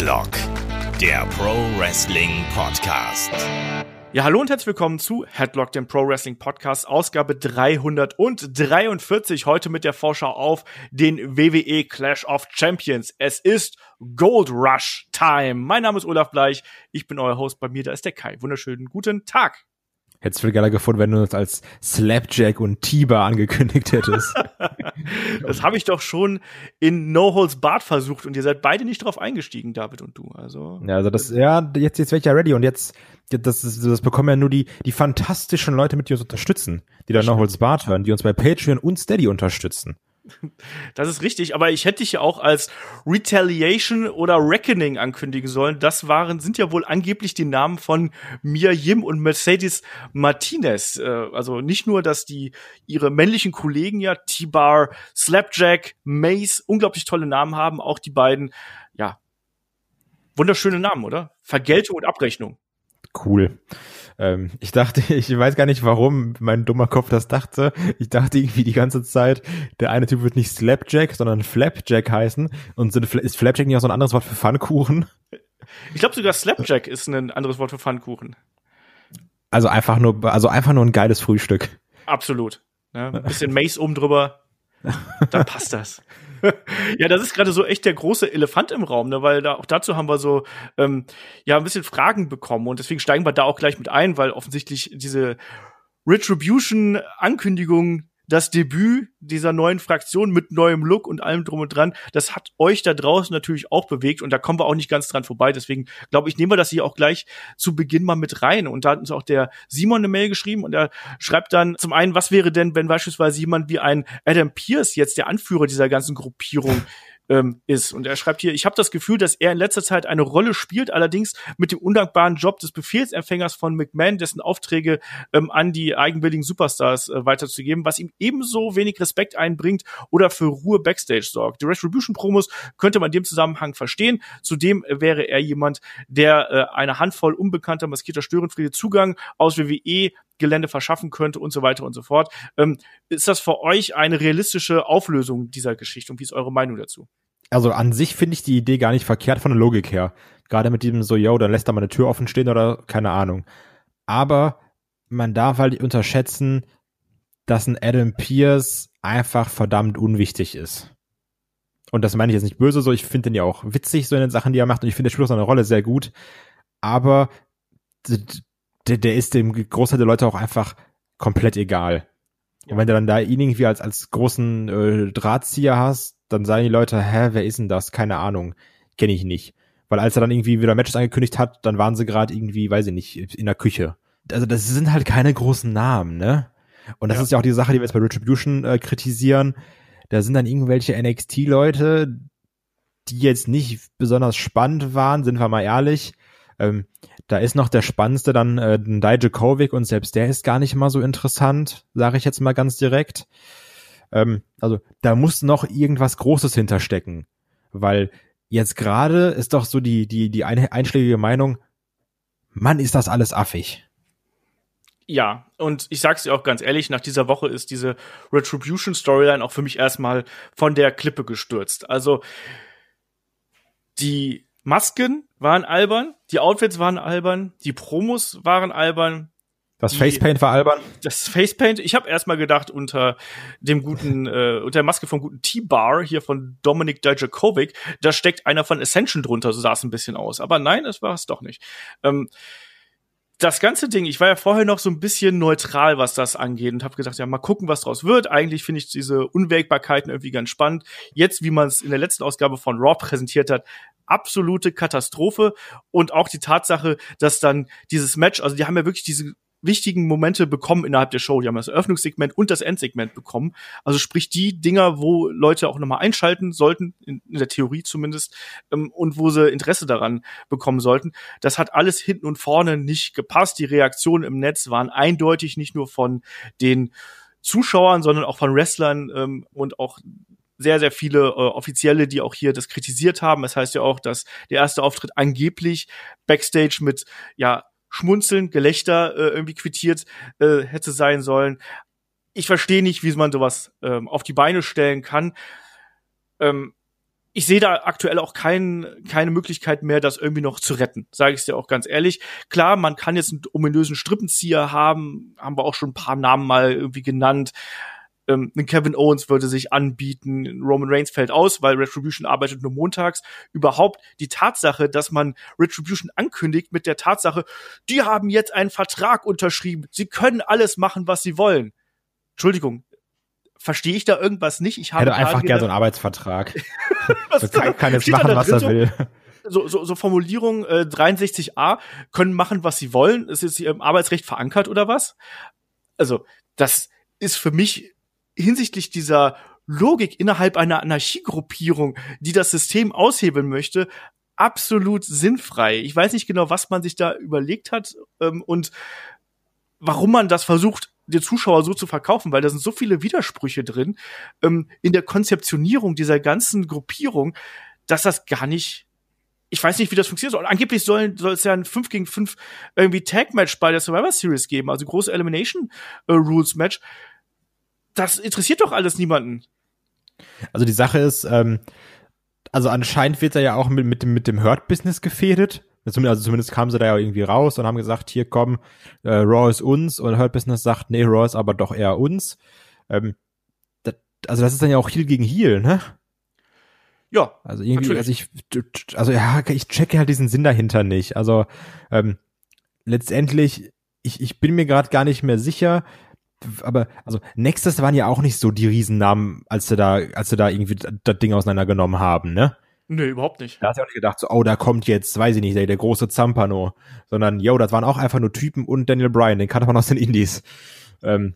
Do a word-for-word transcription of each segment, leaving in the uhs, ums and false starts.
Headlock, der Pro Wrestling Podcast. Ja, hallo und herzlich willkommen zu Headlock, dem Pro Wrestling Podcast, Ausgabe dreihundertdreiundvierzig. Heute mit der Vorschau auf den W W E Clash of Champions. Es ist Gold Rush Time. Mein Name ist Olaf Bleich. Ich bin euer Host. Bei mir, da ist der Kai. Wunderschönen guten Tag. Hättest du viel geiler gefunden, wenn du uns als Slapjack und T-Bar angekündigt hättest. Das habe ich doch schon in No Holds Barred versucht und ihr seid beide nicht drauf eingestiegen, David und du. Also ja, also das, ja, jetzt, jetzt wäre ich ja ready und jetzt, das, das, das bekommen ja nur die, die fantastischen Leute mit, die uns unterstützen, die da No Holds Barred hören, die uns bei Patreon und Steady unterstützen. Das ist richtig, aber ich hätte dich ja auch als Retaliation oder Reckoning ankündigen sollen. Das waren, sind ja wohl angeblich die Namen von Mia Yim und Mercedes Martinez. Also nicht nur, dass die ihre männlichen Kollegen ja T-Bar, Slapjack, Mace, unglaublich tolle Namen haben, auch die beiden, ja, wunderschöne Namen, oder? Vergeltung und Abrechnung. Cool. Ähm, ich dachte, ich weiß gar nicht, warum mein dummer Kopf das dachte. Ich dachte irgendwie die ganze Zeit, der eine Typ wird nicht Slapjack, sondern Flapjack heißen. Und ist Flapjack nicht auch so ein anderes Wort für Pfannkuchen? Ich glaube sogar Slapjack ist ein anderes Wort für Pfannkuchen. Also einfach nur, also einfach nur ein geiles Frühstück. Absolut. Ja, ein bisschen Mace oben drüber, dann passt das. Ja, das ist gerade so echt der große Elefant im Raum, ne, weil da auch dazu haben wir so ähm, ja ein bisschen Fragen bekommen und deswegen steigen wir da auch gleich mit ein, weil offensichtlich diese Retribution-Ankündigung, das Debüt dieser neuen Fraktion mit neuem Look und allem drum und dran, das hat euch da draußen natürlich auch bewegt und da kommen wir auch nicht ganz dran vorbei. Deswegen glaube ich, nehmen wir das hier auch gleich zu Beginn mal mit rein. Und da hat uns auch der Simon eine Mail geschrieben und er schreibt dann zum einen, was wäre denn, wenn beispielsweise jemand wie ein Adam Pearce jetzt der Anführer dieser ganzen Gruppierung ähm, ist. Und er schreibt hier, ich habe das Gefühl, dass er in letzter Zeit eine Rolle spielt, allerdings mit dem undankbaren Job des Befehlsempfängers von McMahon, dessen Aufträge ähm, an die eigenwilligen Superstars äh, weiterzugeben, was ihm ebenso wenig Respekt einbringt oder für Ruhe Backstage sorgt. Die Retribution-Promos könnte man in dem Zusammenhang verstehen. Zudem wäre er jemand, der äh, eine Handvoll unbekannter, maskierter Störenfriede Zugang aus W W E Gelände verschaffen könnte und so weiter und so fort. Ähm, ist das für euch eine realistische Auflösung dieser Geschichte und wie ist eure Meinung dazu? Also an sich finde ich die Idee gar nicht verkehrt von der Logik her. Gerade mit diesem so, yo, dann lässt er mal eine Tür offen stehen oder keine Ahnung. Aber man darf halt nicht unterschätzen, dass ein Adam Pearce einfach verdammt unwichtig ist. Und das meine ich jetzt nicht böse so, ich finde den ja auch witzig so in den Sachen, die er macht und ich finde, der spielt auch seine Rolle sehr gut. Aber der, der ist dem Großteil der Leute auch einfach komplett egal. Ja. Und wenn du dann da ihn irgendwie als, als großen äh, Drahtzieher hast, dann sagen die Leute, hä, wer ist denn das? Keine Ahnung, kenne ich nicht. Weil als er dann irgendwie wieder Matches angekündigt hat, dann waren sie gerade irgendwie, weiß ich nicht, in der Küche. Also das sind halt keine großen Namen, ne? Und das ja. ist ja auch die Sache, die wir jetzt bei Retribution äh, kritisieren. Da sind dann irgendwelche N X T-Leute, die jetzt nicht besonders spannend waren, sind wir mal ehrlich. Ähm, da ist noch der Spannendste dann äh, Dijakovic und selbst der ist gar nicht mal so interessant, sage ich jetzt mal ganz direkt. Ähm, also da muss noch irgendwas Großes hinterstecken, weil jetzt gerade ist doch so die die die einschlägige Meinung, Mann, ist das alles affig. Ja, und ich sag's dir auch ganz ehrlich, nach dieser Woche ist diese Retribution-Storyline auch für mich erstmal von der Klippe gestürzt. Also die Masken waren albern, die Outfits waren albern, die Promos waren albern. Das die, Facepaint war albern. Das Facepaint, ich habe erstmal gedacht, unter dem guten, äh, unter der Maske vom guten T-Bar hier von Dominik Dijakovic, da steckt einer von Ascension drunter, so sah es ein bisschen aus. Aber nein, das war es doch nicht. Ähm, Das ganze Ding, ich war ja vorher noch so ein bisschen neutral, was das angeht und habe gedacht, ja, mal gucken, was draus wird. Eigentlich finde ich diese Unwägbarkeiten irgendwie ganz spannend. Jetzt, wie man es in der letzten Ausgabe von Raw präsentiert hat, absolute Katastrophe. Und auch die Tatsache, dass dann dieses Match, also die haben ja wirklich diese wichtigen Momente bekommen innerhalb der Show. Die haben das Eröffnungssegment und das Endsegment bekommen. Also sprich die Dinger, wo Leute auch nochmal einschalten sollten, in, in der Theorie zumindest, ähm, und wo sie Interesse daran bekommen sollten. Das hat alles hinten und vorne nicht gepasst. Die Reaktionen im Netz waren eindeutig nicht nur von den Zuschauern, sondern auch von Wrestlern ähm, und auch sehr, sehr viele äh, Offizielle, die auch hier das kritisiert haben. Das heißt ja auch, dass der erste Auftritt angeblich Backstage mit, ja, Schmunzeln, Gelächter äh, irgendwie quittiert äh, hätte sein sollen. Ich verstehe nicht, wie man sowas ähm, auf die Beine stellen kann. Ähm, ich sehe da aktuell auch kein, keine Möglichkeit mehr, das irgendwie noch zu retten, sage ich es dir auch ganz ehrlich. Klar, man kann jetzt einen ominösen Strippenzieher haben, haben wir auch schon ein paar Namen mal irgendwie genannt. Ähm, Kevin Owens würde sich anbieten, Roman Reigns fällt aus, weil Retribution arbeitet nur montags. Überhaupt die Tatsache, dass man Retribution ankündigt mit der Tatsache, die haben jetzt einen Vertrag unterschrieben, sie können alles machen, was sie wollen. Entschuldigung, verstehe ich da irgendwas nicht? Ich habe hätte einfach gerne so einen Arbeitsvertrag. Was kann, kann jetzt machen, was er will. So, so, so Formulierung äh, dreiundsechzig a, können machen, was sie wollen. Ist jetzt hier im Arbeitsrecht verankert oder was? Also, das ist für mich hinsichtlich dieser Logik innerhalb einer Anarchiegruppierung, die das System aushebeln möchte, absolut sinnfrei. Ich weiß nicht genau, was man sich da überlegt hat ähm, und warum man das versucht, den Zuschauer so zu verkaufen, weil da sind so viele Widersprüche drin ähm, in der Konzeptionierung dieser ganzen Gruppierung, dass das gar nicht, ich weiß nicht, wie das funktioniert soll. Und angeblich soll soll es ja ein fünf gegen fünf irgendwie Tag-Match bei der Survivor Series geben, also große Elimination-Rules-Match. Das interessiert doch alles niemanden. Also die Sache ist, ähm, also anscheinend wird er ja auch mit, mit dem, mit dem Hurt-Business gefädet. Also zumindest kamen sie da ja irgendwie raus und haben gesagt, hier komm, äh, Raw ist uns, und Hurt Business sagt, nee, Raw ist aber doch eher uns. Ähm, das, also das ist dann ja auch Heel gegen Heel, ne? Ja, also irgendwie, natürlich. also ich, also ja, ich checke halt diesen Sinn dahinter nicht. Also ähm, letztendlich, ich, ich bin mir gerade gar nicht mehr sicher, aber also Nexus waren ja auch nicht so die Riesennamen, als sie da, als sie da irgendwie das Ding auseinandergenommen haben, ne? Nee, überhaupt nicht. Da hast du auch nicht gedacht, so, oh, da kommt jetzt, weiß ich nicht, der, der große Zampano. Sondern, yo, das waren auch einfach nur Typen und Daniel Bryan, den kannte man aus den Indies. Ähm,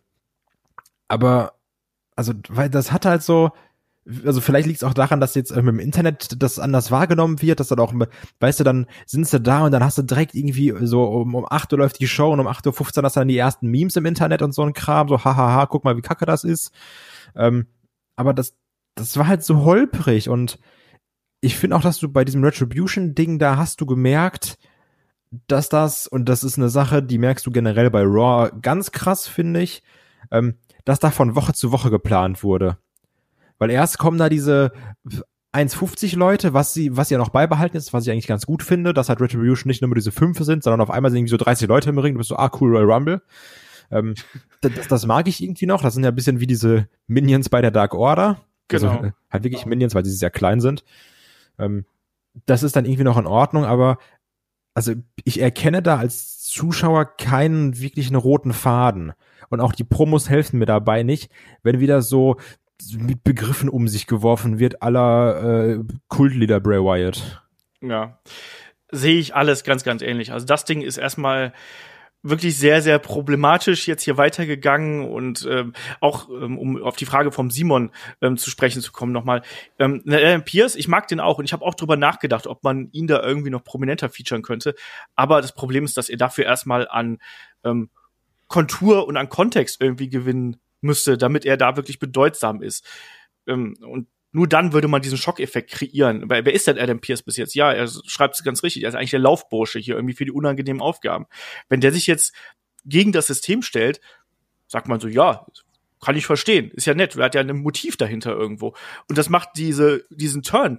aber, also, weil das hat halt so, also vielleicht liegt es auch daran, dass jetzt ähm, im Internet das anders wahrgenommen wird, dass dann auch, weißt du, dann sind sie da und dann hast du direkt irgendwie so um, um acht Uhr läuft die Show und um acht Uhr fünfzehn hast du dann die ersten Memes im Internet und so ein Kram, so hahaha, guck mal, wie kacke das ist. Ähm, aber das, das war halt so holprig und ich finde auch, dass du bei diesem Retribution-Ding, da hast du gemerkt, dass das, und das ist eine Sache, die merkst du generell bei Raw ganz krass, finde ich, ähm, dass da von Woche zu Woche geplant wurde. Weil erst kommen da diese eins fünfzig Leute, was sie, was ja noch beibehalten ist, was ich eigentlich ganz gut finde, dass halt Retribution nicht nur diese fünf sind, sondern auf einmal sind irgendwie so dreißig Leute im Ring, du bist so, ah, cool, Royal Rumble. Ähm, das, das mag ich irgendwie noch, das sind ja ein bisschen wie diese Minions bei der Dark Order. Genau. Also, äh, halt wirklich Minions, weil sie sehr klein sind. Ähm, das ist dann irgendwie noch in Ordnung, aber also ich erkenne da als Zuschauer keinen wirklichen roten Faden. Und auch die Promos helfen mir dabei nicht, wenn wieder so mit Begriffen um sich geworfen wird, à la äh, Kultleader Bray Wyatt. Ja, sehe ich alles ganz, ganz ähnlich. Also das Ding ist erstmal wirklich sehr, sehr problematisch jetzt hier weitergegangen und ähm, auch, ähm, um auf die Frage vom Simon ähm, zu sprechen zu kommen nochmal. Ähm, Adam Pearce, ich mag den auch und ich habe auch drüber nachgedacht, ob man ihn da irgendwie noch prominenter featuren könnte. Aber das Problem ist, dass er dafür erstmal an ähm, Kontur und an Kontext irgendwie gewinnen müsste, damit er da wirklich bedeutsam ist. Ähm, und nur dann würde man diesen Schockeffekt kreieren. Weil wer ist denn Adam Pearce bis jetzt? Ja, er schreibt es ganz richtig. Er ist eigentlich der Laufbursche hier irgendwie für die unangenehmen Aufgaben. Wenn der sich jetzt gegen das System stellt, sagt man so, ja, kann ich verstehen. Ist ja nett. Er hat ja ein Motiv dahinter irgendwo. Und das macht diese, diesen Turn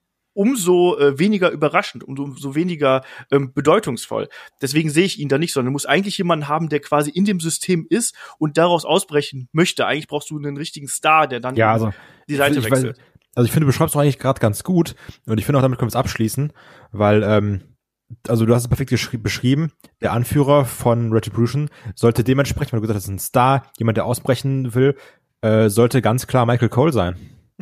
umso äh, weniger überraschend, umso weniger ähm, bedeutungsvoll. Deswegen sehe ich ihn da nicht, sondern muss eigentlich jemanden haben, der quasi in dem System ist und daraus ausbrechen möchte. Eigentlich brauchst du einen richtigen Star, der dann ja, also, die Seite ich, wechselt. Weiß, also ich finde, du beschreibst es eigentlich gerade ganz gut und ich finde auch, damit können wir es abschließen, weil ähm, also du hast es perfekt geschri- beschrieben, der Anführer von Retribution sollte dementsprechend, weil du gesagt hast, ein Star, jemand, der ausbrechen will, äh, sollte ganz klar Michael Cole sein.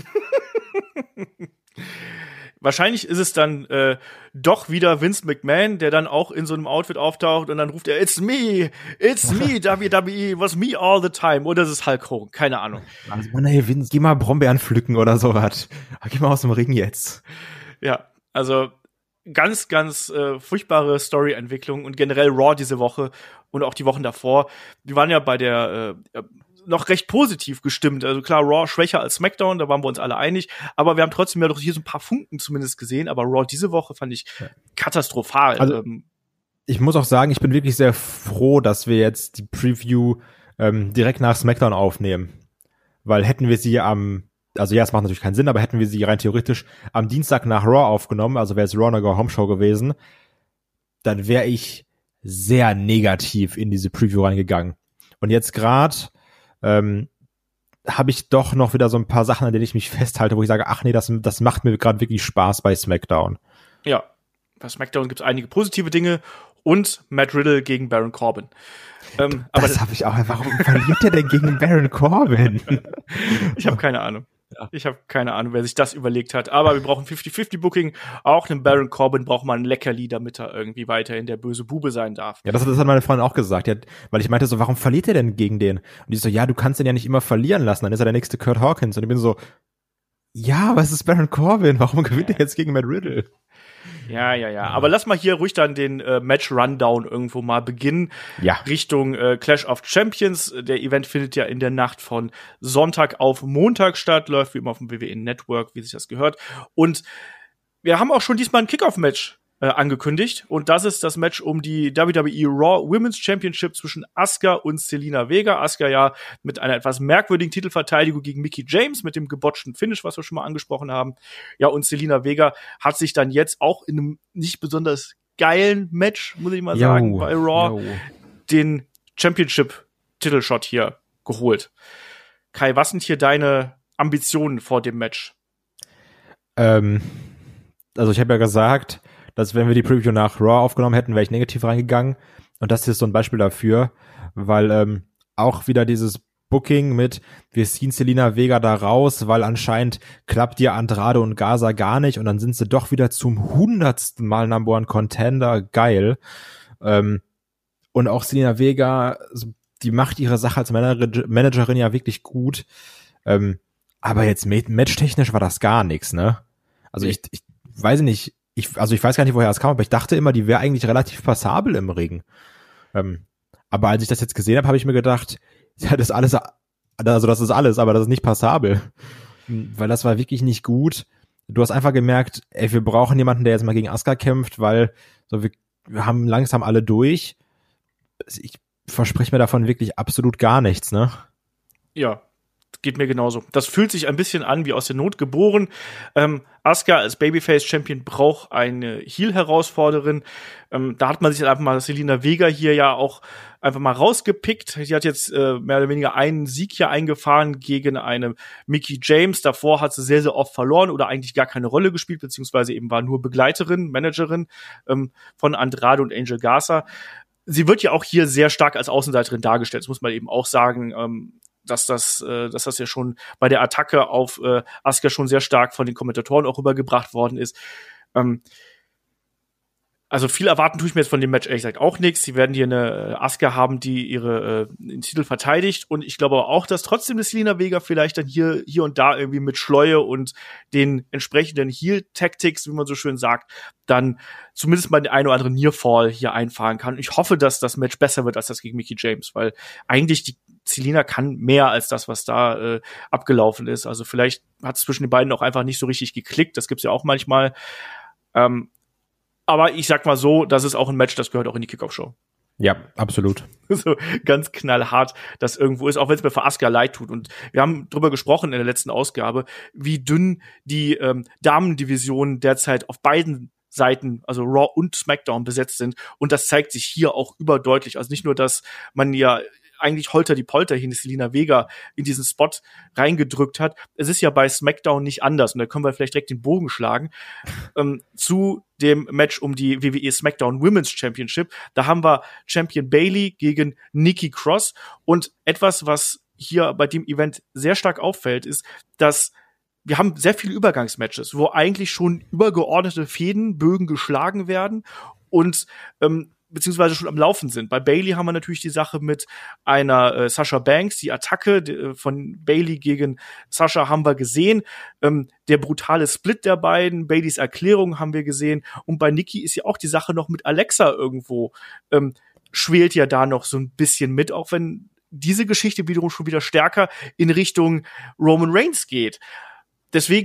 Wahrscheinlich ist es dann äh, doch wieder Vince McMahon, der dann auch in so einem Outfit auftaucht und dann ruft er, it's me, it's me, W W E, it was me all the time. Oder ist es Hulk Hogan? Keine Ahnung. Also, Mann, ey, Vince, geh mal Brombeeren pflücken oder sowas. Geh mal aus dem Ring jetzt. Ja, also ganz, ganz äh, furchtbare Story-Entwicklung und generell Raw diese Woche und auch die Wochen davor. Wir waren ja bei der äh, noch recht positiv gestimmt. Also klar, Raw schwächer als SmackDown, da waren wir uns alle einig, aber wir haben trotzdem ja doch hier so ein paar Funken zumindest gesehen, aber Raw diese Woche fand ich ja. katastrophal. Also, ähm, ich muss auch sagen, ich bin wirklich sehr froh, dass wir jetzt die Preview ähm, direkt nach SmackDown aufnehmen, weil hätten wir sie am also ja, es macht natürlich keinen Sinn, aber hätten wir sie rein theoretisch am Dienstag nach Raw aufgenommen, also wäre es Raw eine Go-Home-Show gewesen, dann wäre ich sehr negativ in diese Preview reingegangen. Und jetzt gerade ähm, habe ich doch noch wieder so ein paar Sachen, an denen ich mich festhalte, wo ich sage, ach nee, das, das macht mir gerade wirklich Spaß bei SmackDown. Ja, bei SmackDown gibt es einige positive Dinge und Matt Riddle gegen Baron Corbin. Ähm, aber das habe ich auch. Warum verliert der denn gegen Baron Corbin? Ich habe keine Ahnung. Ich habe keine Ahnung, wer sich das überlegt hat. Aber wir brauchen fifty fifty Booking. Auch einen Baron Corbin braucht man ein Leckerli, damit er irgendwie weiterhin der böse Bube sein darf. Ja, das, das hat meine Freundin auch gesagt. Ja, weil ich meinte so, warum verliert er denn gegen den? Und die so, ja, du kannst den ja nicht immer verlieren lassen. Dann ist er der nächste Kurt Hawkins. Und ich bin so, ja, was ist Baron Corbin? Warum gewinnt er jetzt gegen Matt Riddle? Ja, ja, ja. Aber lass mal hier ruhig dann den äh, Match-Rundown irgendwo mal beginnen. Ja. Richtung äh, Clash of Champions. Der Event findet ja in der Nacht von Sonntag auf Montag statt. Läuft wie immer auf dem W W E Network, wie sich das gehört. Und wir haben auch schon diesmal ein Kickoff-Match äh, angekündigt. Und das ist das Match um die W W E Raw Women's Championship zwischen Asuka und Zelina Vega. Asuka ja mit einer etwas merkwürdigen Titelverteidigung gegen Mickie James mit dem gebotchten Finish, was wir schon mal angesprochen haben. Ja, und Zelina Vega hat sich dann jetzt auch in einem nicht besonders geilen Match, muss ich mal sagen, yo, bei Raw, yo. den Championship-Titelshot hier geholt. Kai, was sind hier deine Ambitionen vor dem Match? Ähm, also ich habe ja gesagt, dass wenn wir die Preview nach Raw aufgenommen hätten, wäre ich negativ reingegangen. Und das ist so ein Beispiel dafür, weil ähm, auch wieder dieses Booking mit, wir ziehen Zelina Vega da raus, weil anscheinend klappt dir Andrade und Garza gar nicht und dann sind sie doch wieder zum hundertsten Mal Number One Contender. Geil. Ähm, und auch Zelina Vega, die macht ihre Sache als Manager- Managerin ja wirklich gut. Ähm, aber jetzt matchtechnisch war das gar nichts, ne? Also ich, ich weiß nicht, Ich, also ich weiß gar nicht, woher es kam, aber ich dachte immer, die wäre eigentlich relativ passabel im Ring. Ähm, aber als ich das jetzt gesehen habe, habe ich mir gedacht, ja, das ist alles, also das ist alles, aber das ist nicht passabel. Weil das war wirklich nicht gut. Du hast einfach gemerkt, ey, wir brauchen jemanden, der jetzt mal gegen Asuka kämpft, weil so wir, wir haben langsam alle durch. Ich verspreche mir davon wirklich absolut gar nichts, ne? Ja. Geht mir genauso. Das fühlt sich ein bisschen an wie aus der Not geboren. Ähm, Asuka als Babyface-Champion braucht eine Heel-Herausforderin. Ähm, da hat man sich einfach mal Zelina Vega hier ja auch einfach mal rausgepickt. Sie hat jetzt äh, mehr oder weniger einen Sieg hier eingefahren gegen eine Mickie James. Davor hat sie sehr, sehr oft verloren oder eigentlich gar keine Rolle gespielt, beziehungsweise eben war nur Begleiterin, Managerin ähm, von Andrade und Angel Garza. Sie wird ja auch hier sehr stark als Außenseiterin dargestellt. Das muss man eben auch sagen. Ähm, dass das, äh, dass das ja schon bei der Attacke auf äh, Asuka schon sehr stark von den Kommentatoren auch rübergebracht worden ist. Ähm, also viel erwarten tue ich mir jetzt von dem Match ehrlich gesagt auch nichts. Sie werden hier eine äh, Asuka haben, die ihre äh, den Titel verteidigt und ich glaube auch, dass trotzdem eine Zelina Vega vielleicht dann hier hier und da irgendwie mit Schleue und den entsprechenden Heel-Tactics, wie man so schön sagt, dann zumindest mal den einen oder anderen Nearfall hier einfahren kann. Ich hoffe, dass das Match besser wird als das gegen Mickie James, weil eigentlich die Zelina kann mehr als das, was da äh, abgelaufen ist. Also vielleicht hat es zwischen den beiden auch einfach nicht so richtig geklickt. Das gibt's ja auch manchmal. Ähm, aber ich sag mal so, das ist auch ein Match, das gehört auch in die Kickoff-Show. Ja, absolut. So ganz knallhart das irgendwo ist, auch wenn es mir für Asuka leid tut. Und wir haben drüber gesprochen in der letzten Ausgabe, wie dünn die ähm, Damendivisionen derzeit auf beiden Seiten, also Raw und SmackDown besetzt sind. Und das zeigt sich hier auch überdeutlich. Also nicht nur, dass man ja eigentlich holter die Polter hin, Zelina Vega in diesen Spot reingedrückt hat. Es ist ja bei SmackDown nicht anders. Und da können wir vielleicht direkt den Bogen schlagen ähm, zu dem Match um die W W E SmackDown Women's Championship. Da haben wir Champion Bayley gegen Nikki Cross. Und etwas, was hier bei dem Event sehr stark auffällt, ist, dass wir haben sehr viele Übergangsmatches, wo eigentlich schon übergeordnete Fädenbögen geschlagen werden und ähm, beziehungsweise schon am Laufen sind. Bei Bayley haben wir natürlich die Sache mit einer äh, Sasha Banks, die Attacke de, von Bayley gegen Sasha haben wir gesehen. Ähm, der brutale Split der beiden, Baileys Erklärung haben wir gesehen. Und bei Nikki ist ja auch die Sache noch mit Alexa irgendwo, ähm, schwelt ja da noch so ein bisschen mit, auch wenn diese Geschichte wiederum schon wieder stärker in Richtung Roman Reigns geht. Deswegen,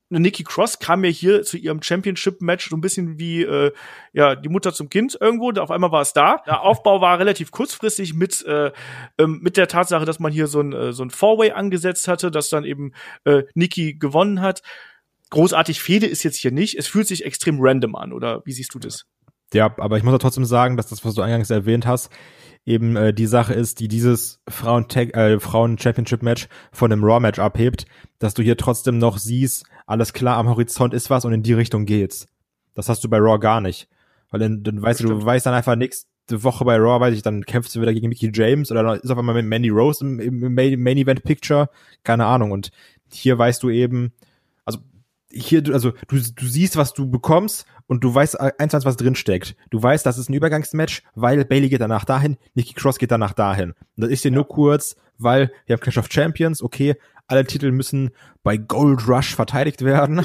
Nikki Cross kam mir hier zu ihrem Championship-Match so ein bisschen wie äh, ja die Mutter zum Kind irgendwo. Auf einmal war es da. Der Aufbau war relativ kurzfristig mit äh, ähm, mit der Tatsache, dass man hier so ein äh, so ein Four-Way angesetzt hatte, dass dann eben äh, Nikki gewonnen hat. Großartig Fehde ist jetzt hier nicht. Es fühlt sich extrem random an, oder wie siehst du das? Ja, aber ich muss ja trotzdem sagen, dass das, was du eingangs erwähnt hast, eben äh, die Sache ist, die dieses Frauen äh, Frauen-Championship-Match von einem Raw-Match abhebt, dass du hier trotzdem noch siehst, alles klar, am Horizont ist was und in die Richtung geht's. Das hast du bei Raw gar nicht. Weil dann, dann weißt du, du weißt dann einfach nächste Woche bei Raw, weiß ich, dann kämpfst du wieder gegen Mickie James oder ist auf einmal mit Mandy Rose im, im Main-Event-Picture, keine Ahnung. Und hier weißt du eben, also hier, also du, du siehst, was du bekommst und du weißt eins zu eins, was drin steckt. Du weißt, das ist ein Übergangsmatch, weil Bayley geht danach dahin, Nikki Cross geht danach dahin. Und das ist hier ja nur kurz, weil wir haben Clash of Champions, okay, alle Titel müssen bei Gold Rush verteidigt werden.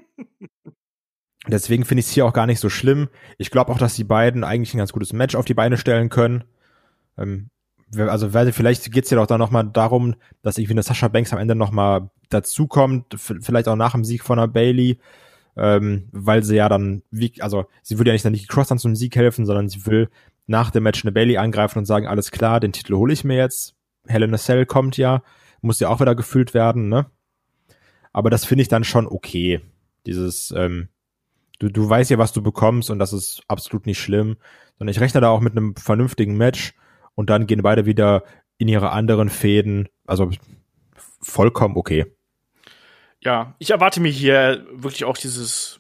Deswegen finde ich es hier auch gar nicht so schlimm. Ich glaube auch, dass die beiden eigentlich ein ganz gutes Match auf die Beine stellen können. Ähm, also vielleicht geht es ja doch dann nochmal darum, dass irgendwie eine Sasha Banks am Ende nochmal dazukommt, vielleicht auch nach dem Sieg von einer Bayley, ähm, weil sie ja dann, wie, also sie würde ja nicht dann Nikki Cross dann zum Sieg helfen, sondern sie will nach dem Match eine Bayley angreifen und sagen, alles klar, den Titel hole ich mir jetzt. Hell in a Cell kommt ja, muss ja auch wieder gefüllt werden, ne? Aber das finde ich dann schon okay. Dieses, ähm, du, du weißt ja, was du bekommst und das ist absolut nicht schlimm. Sondern ich rechne da auch mit einem vernünftigen Match und dann gehen beide wieder in ihre anderen Fäden. Also vollkommen okay. Ja, ich erwarte mir hier wirklich auch dieses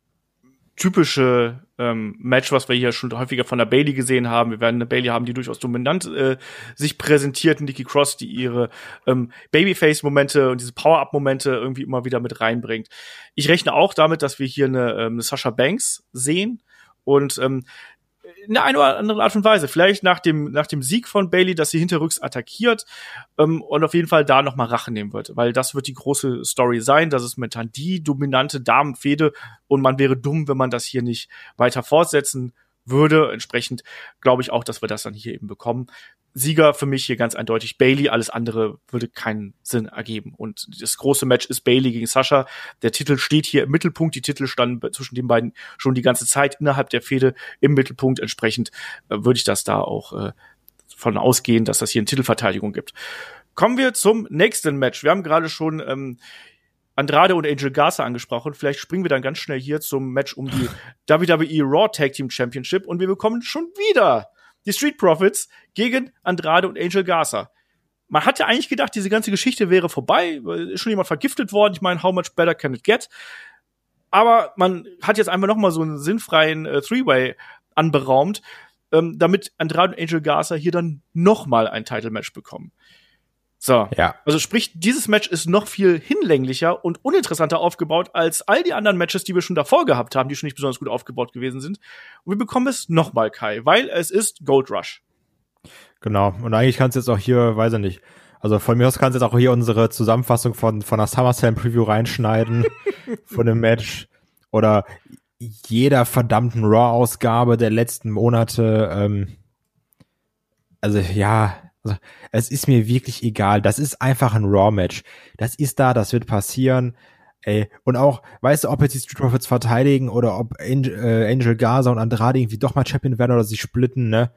typische ähm, Match, was wir hier schon häufiger von der Bayley gesehen haben. Wir werden eine Bayley haben, die durchaus dominant äh, sich präsentiert, Nikki Cross, die ihre ähm, Babyface-Momente und diese Power-Up-Momente irgendwie immer wieder mit reinbringt. Ich rechne auch damit, dass wir hier eine, ähm, eine Sasha Banks sehen und ähm, in der einen oder anderen Art und Weise. Vielleicht nach dem, nach dem Sieg von Bayley, dass sie hinterrücks attackiert ähm, und auf jeden Fall da nochmal Rache nehmen wird. Weil das wird die große Story sein. Das ist momentan die dominante Damenfehde und man wäre dumm, wenn man das hier nicht weiter fortsetzen würde. Entsprechend glaube ich auch, dass wir das dann hier eben bekommen. Sieger für mich hier ganz eindeutig Bayley. Alles andere würde keinen Sinn ergeben. Und das große Match ist Bayley gegen Sasha. Der Titel steht hier im Mittelpunkt. Die Titel standen zwischen den beiden schon die ganze Zeit innerhalb der Fehde im Mittelpunkt. Entsprechend äh, würde ich das da auch äh, von ausgehen, dass das hier eine Titelverteidigung gibt. Kommen wir zum nächsten Match. Wir haben gerade schon ähm, Andrade und Angel Garza angesprochen. Vielleicht springen wir dann ganz schnell hier zum Match um die W W E Raw Tag Team Championship und wir bekommen schon wieder die Street Profits gegen Andrade und Angel Garza. Man hatte eigentlich gedacht, diese ganze Geschichte wäre vorbei. Ist schon jemand vergiftet worden. Ich meine, how much better can it get? Aber man hat jetzt einfach noch mal so einen sinnfreien äh, Three-Way anberaumt, ähm, damit Andrade und Angel Garza hier dann noch mal ein Title-Match bekommen. So, ja. Also sprich, dieses Match ist noch viel hinlänglicher und uninteressanter aufgebaut als all die anderen Matches, die wir schon davor gehabt haben, die schon nicht besonders gut aufgebaut gewesen sind. Und wir bekommen es nochmal, Kai, weil es ist Gold Rush. Genau, und eigentlich kannst du jetzt auch hier, weiß ich nicht, also von mir aus kannst du jetzt auch hier unsere Zusammenfassung von von der SummerSlam-Preview reinschneiden, von dem Match oder jeder verdammten Raw-Ausgabe der letzten Monate. Ähm, also ja, also, es ist mir wirklich egal. Das ist einfach ein Raw-Match. Das ist da, das wird passieren. Ey, und auch, weißt du, ob jetzt die Street Profits verteidigen oder ob Angel, äh, Angel Garza und Andrade irgendwie doch mal Champion werden oder sie splitten, ne?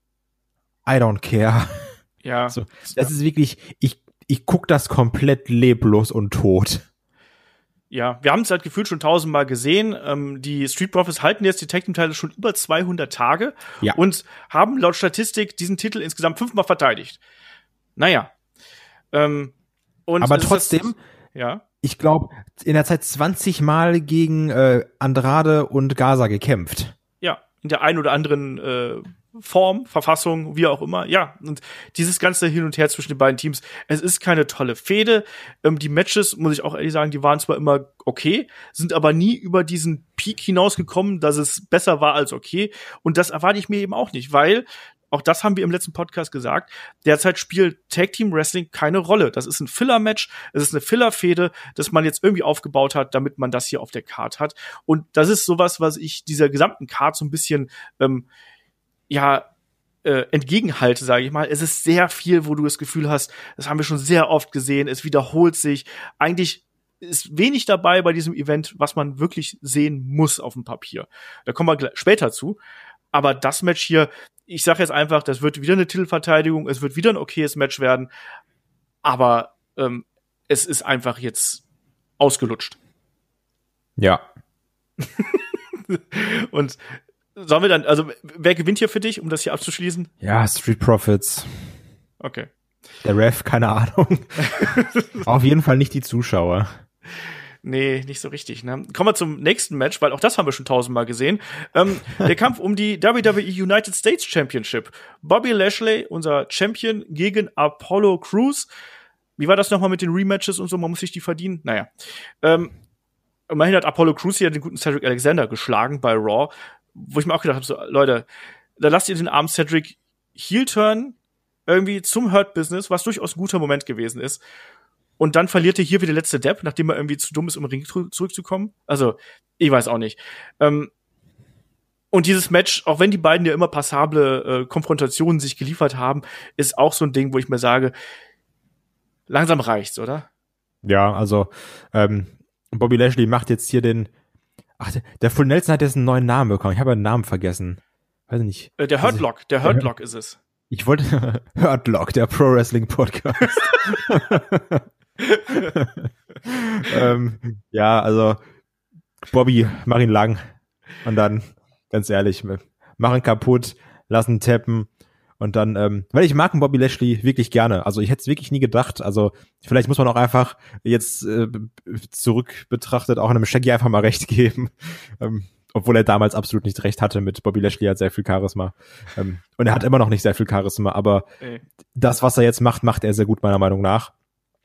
I don't care. Ja. So, das ist wirklich, ich, ich guck das komplett leblos und tot. Ja, wir haben es halt gefühlt schon tausendmal gesehen. Ähm, die Street Profits halten jetzt die Tag Team Titel schon über zweihundert Tage ja. und haben laut Statistik diesen Titel insgesamt fünfmal verteidigt. Naja. Ähm, und aber trotzdem, das, ja. Ich glaube, in der Zeit zwanzig Mal gegen äh, Andrade und Garza gekämpft. Ja, in der einen oder anderen äh, Form, Verfassung, wie auch immer. Ja, und dieses ganze Hin und Her zwischen den beiden Teams, es ist keine tolle Fehde. Ähm, die Matches, muss ich auch ehrlich sagen, die waren zwar immer okay, sind aber nie über diesen Peak hinausgekommen, dass es besser war als okay. Und das erwarte ich mir eben auch nicht, weil auch das haben wir im letzten Podcast gesagt. Derzeit spielt Tag Team Wrestling keine Rolle. Das ist ein Filler-Match. Es ist eine Filler-Fehde, das man jetzt irgendwie aufgebaut hat, damit man das hier auf der Card hat. Und das ist sowas, was ich dieser gesamten Card so ein bisschen, ähm, ja, äh, entgegenhalte, sage ich mal. Es ist sehr viel, wo du das Gefühl hast, das haben wir schon sehr oft gesehen. Es wiederholt sich. Eigentlich ist wenig dabei bei diesem Event, was man wirklich sehen muss auf dem Papier. Da kommen wir gleich, später zu. Aber das Match hier, ich sage jetzt einfach, das wird wieder eine Titelverteidigung, es wird wieder ein okayes Match werden, aber ähm, es ist einfach jetzt ausgelutscht. Ja. Und sollen wir dann, also wer gewinnt hier für dich, um das hier abzuschließen? Ja, Street Profits. Okay. Der Ref, keine Ahnung. Auf jeden Fall nicht die Zuschauer. Nee, nicht so richtig, ne? Kommen wir zum nächsten Match, weil auch das haben wir schon tausendmal gesehen. Ähm, der Kampf um die W W E United States Championship. Bobby Lashley, unser Champion, gegen Apollo Crews. Wie war das nochmal mit den Rematches und so? Man muss sich die verdienen. Naja. Ähm, immerhin hat Apollo Crews hier den guten Cedric Alexander geschlagen bei Raw, wo ich mir auch gedacht habe, so, Leute, da lasst ihr den armen Cedric Heel-Turn irgendwie zum Hurt-Business, was durchaus ein guter Moment gewesen ist. Und dann verliert er hier wieder letzte Depp, nachdem er irgendwie zu dumm ist, um den Ring tr- zurückzukommen. Also, ich weiß auch nicht. Ähm, und dieses Match, auch wenn die beiden ja immer passable äh, Konfrontationen sich geliefert haben, ist auch so ein Ding, wo ich mir sage, langsam reicht's, oder? Ja, also ähm, Bobby Lashley macht jetzt hier den Ach, der, der Full Nelson hat jetzt einen neuen Namen bekommen. Ich habe den Namen vergessen. Weiß nicht. Äh, der Hurt Lock, der Hurt Lock ist es. Ich wollte Hurt Lock, der Pro Wrestling Podcast. ähm, ja, also Bobby, mach ihn lang und dann, ganz ehrlich, mach ihn kaputt, lass ihn tappen und dann, ähm, weil ich mag einen Bobby Lashley wirklich gerne. Also ich hätte es wirklich nie gedacht. Also vielleicht muss man auch einfach jetzt äh, zurück betrachtet auch einem Shaggy einfach mal recht geben. Ähm, obwohl er damals absolut nicht recht hatte mit Bobby Lashley, hat sehr viel Charisma. Ähm, und er hat immer noch nicht sehr viel Charisma, aber Ey. das, was er jetzt macht, macht er sehr gut, meiner Meinung nach.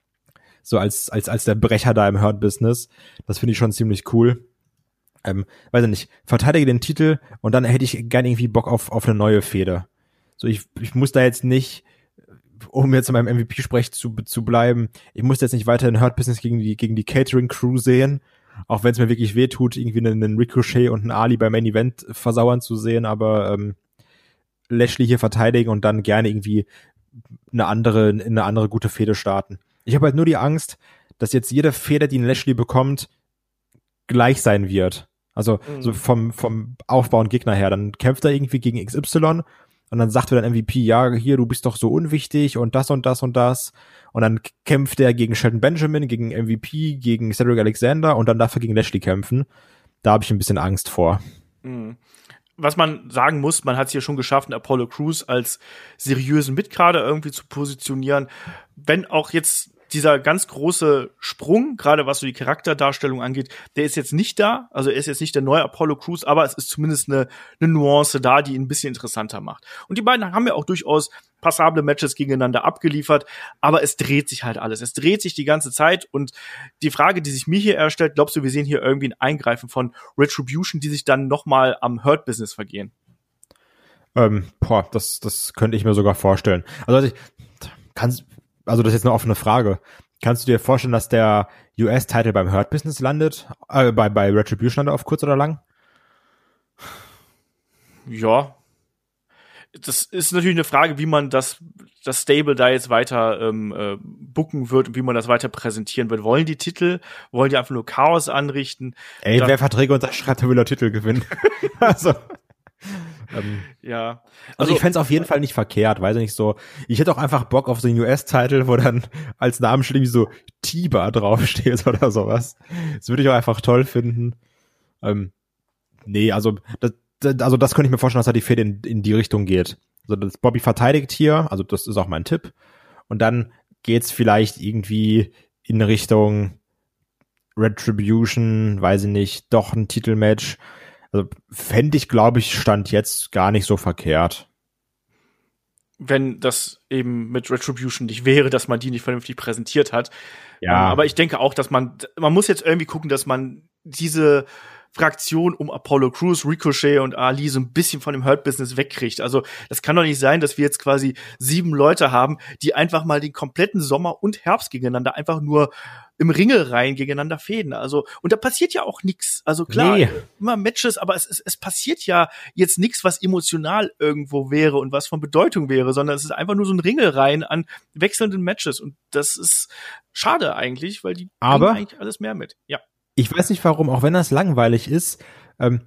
So als, als, als der Brecher da im Hurt-Business. Das finde ich schon ziemlich cool. Ähm, weiß ich nicht, verteidige den Titel und dann hätte ich gerne irgendwie Bock auf, auf eine neue Fehde. So, ich, ich muss da jetzt nicht, um jetzt in meinem M V P-Sprech zu, zu bleiben, ich muss jetzt nicht weiter in Hurt-Business gegen die, gegen die Catering-Crew sehen. Auch wenn es mir wirklich wehtut, irgendwie einen, einen Ricochet und einen Ali beim Main Event versauern zu sehen, aber ähm, Lashley hier verteidigen und dann gerne irgendwie eine andere, eine andere gute Fehde starten. Ich habe halt nur die Angst, dass jetzt jede Fehde, die ein Lashley bekommt, gleich sein wird. Also mhm. so vom vom Aufbau und Gegner her. Dann kämpft er irgendwie gegen X Y und dann sagt er dann M V P, ja, hier, du bist doch so unwichtig und das und das und das. Und dann kämpft er gegen Shelton Benjamin, gegen M V P, gegen Cedric Alexander und dann darf er gegen Lashley kämpfen. Da habe ich ein bisschen Angst vor. Mhm. Was man sagen muss, man hat es hier schon geschafft, Apollo Crews als seriösen Mitkader irgendwie zu positionieren. Wenn auch jetzt dieser ganz große Sprung, gerade was so die Charakterdarstellung angeht, der ist jetzt nicht da. Also er ist jetzt nicht der neue Apollo Crews, aber es ist zumindest eine, eine Nuance da, die ihn ein bisschen interessanter macht. Und die beiden haben ja auch durchaus passable Matches gegeneinander abgeliefert, aber es dreht sich halt alles. Es dreht sich die ganze Zeit und die Frage, die sich mir hier erstellt, glaubst du, wir sehen hier irgendwie ein Eingreifen von Retribution, die sich dann nochmal am Hurt-Business vergehen? Ähm, boah, das, das könnte ich mir sogar vorstellen. Also ich kann's Also das ist jetzt eine offene Frage. Kannst du dir vorstellen, dass der U S-Title beim Hurt-Business landet? Äh, bei, bei Retribution landet auf kurz oder lang? Ja. Das ist natürlich eine Frage, wie man das, das Stable da jetzt weiter ähm, äh, booken wird und wie man das weiter präsentieren wird. Wollen die Titel? Wollen die einfach nur Chaos anrichten? Ey, wer Verträge unterschreibt, der will Titel gewinnen. also Ähm, ja. Also, also ich fänd's auf jeden Fall nicht verkehrt, weiß ich nicht so. Ich hätte auch einfach Bock auf so einen U S-Title, wo dann als Namen steht irgendwie so Tiba draufsteht oder sowas. Das würde ich auch einfach toll finden. Ähm, nee, also das, das, also das könnte ich mir vorstellen, dass da die Fehde in, in die Richtung geht. Also das Bobby verteidigt hier, also das ist auch mein Tipp. Und dann geht's vielleicht irgendwie in Richtung Retribution, weiß ich nicht, doch ein Titelmatch. Also fände ich, glaube ich, Stand jetzt gar nicht so verkehrt. Wenn das eben mit Retribution nicht wäre, dass man die nicht vernünftig präsentiert hat. Ja. Ähm, aber ich denke auch, dass man, man muss jetzt irgendwie gucken, dass man diese Fraktion um Apollo Crews, Ricochet und Ali so ein bisschen von dem Hurt-Business wegkriegt. Also das kann doch nicht sein, dass wir jetzt quasi sieben Leute haben, die einfach mal den kompletten Sommer und Herbst gegeneinander einfach nur im Ringelreihen gegeneinander fäden. Also, und da passiert ja auch nichts. Also klar, Nee. immer Matches, aber es, es, es passiert ja jetzt nichts, was emotional irgendwo wäre und was von Bedeutung wäre, sondern es ist einfach nur so ein Ringelreihen an wechselnden Matches. Und das ist schade eigentlich, weil die Aber- bringen eigentlich alles mehr mit. Ja. Ich weiß nicht warum, auch wenn das langweilig ist, ähm,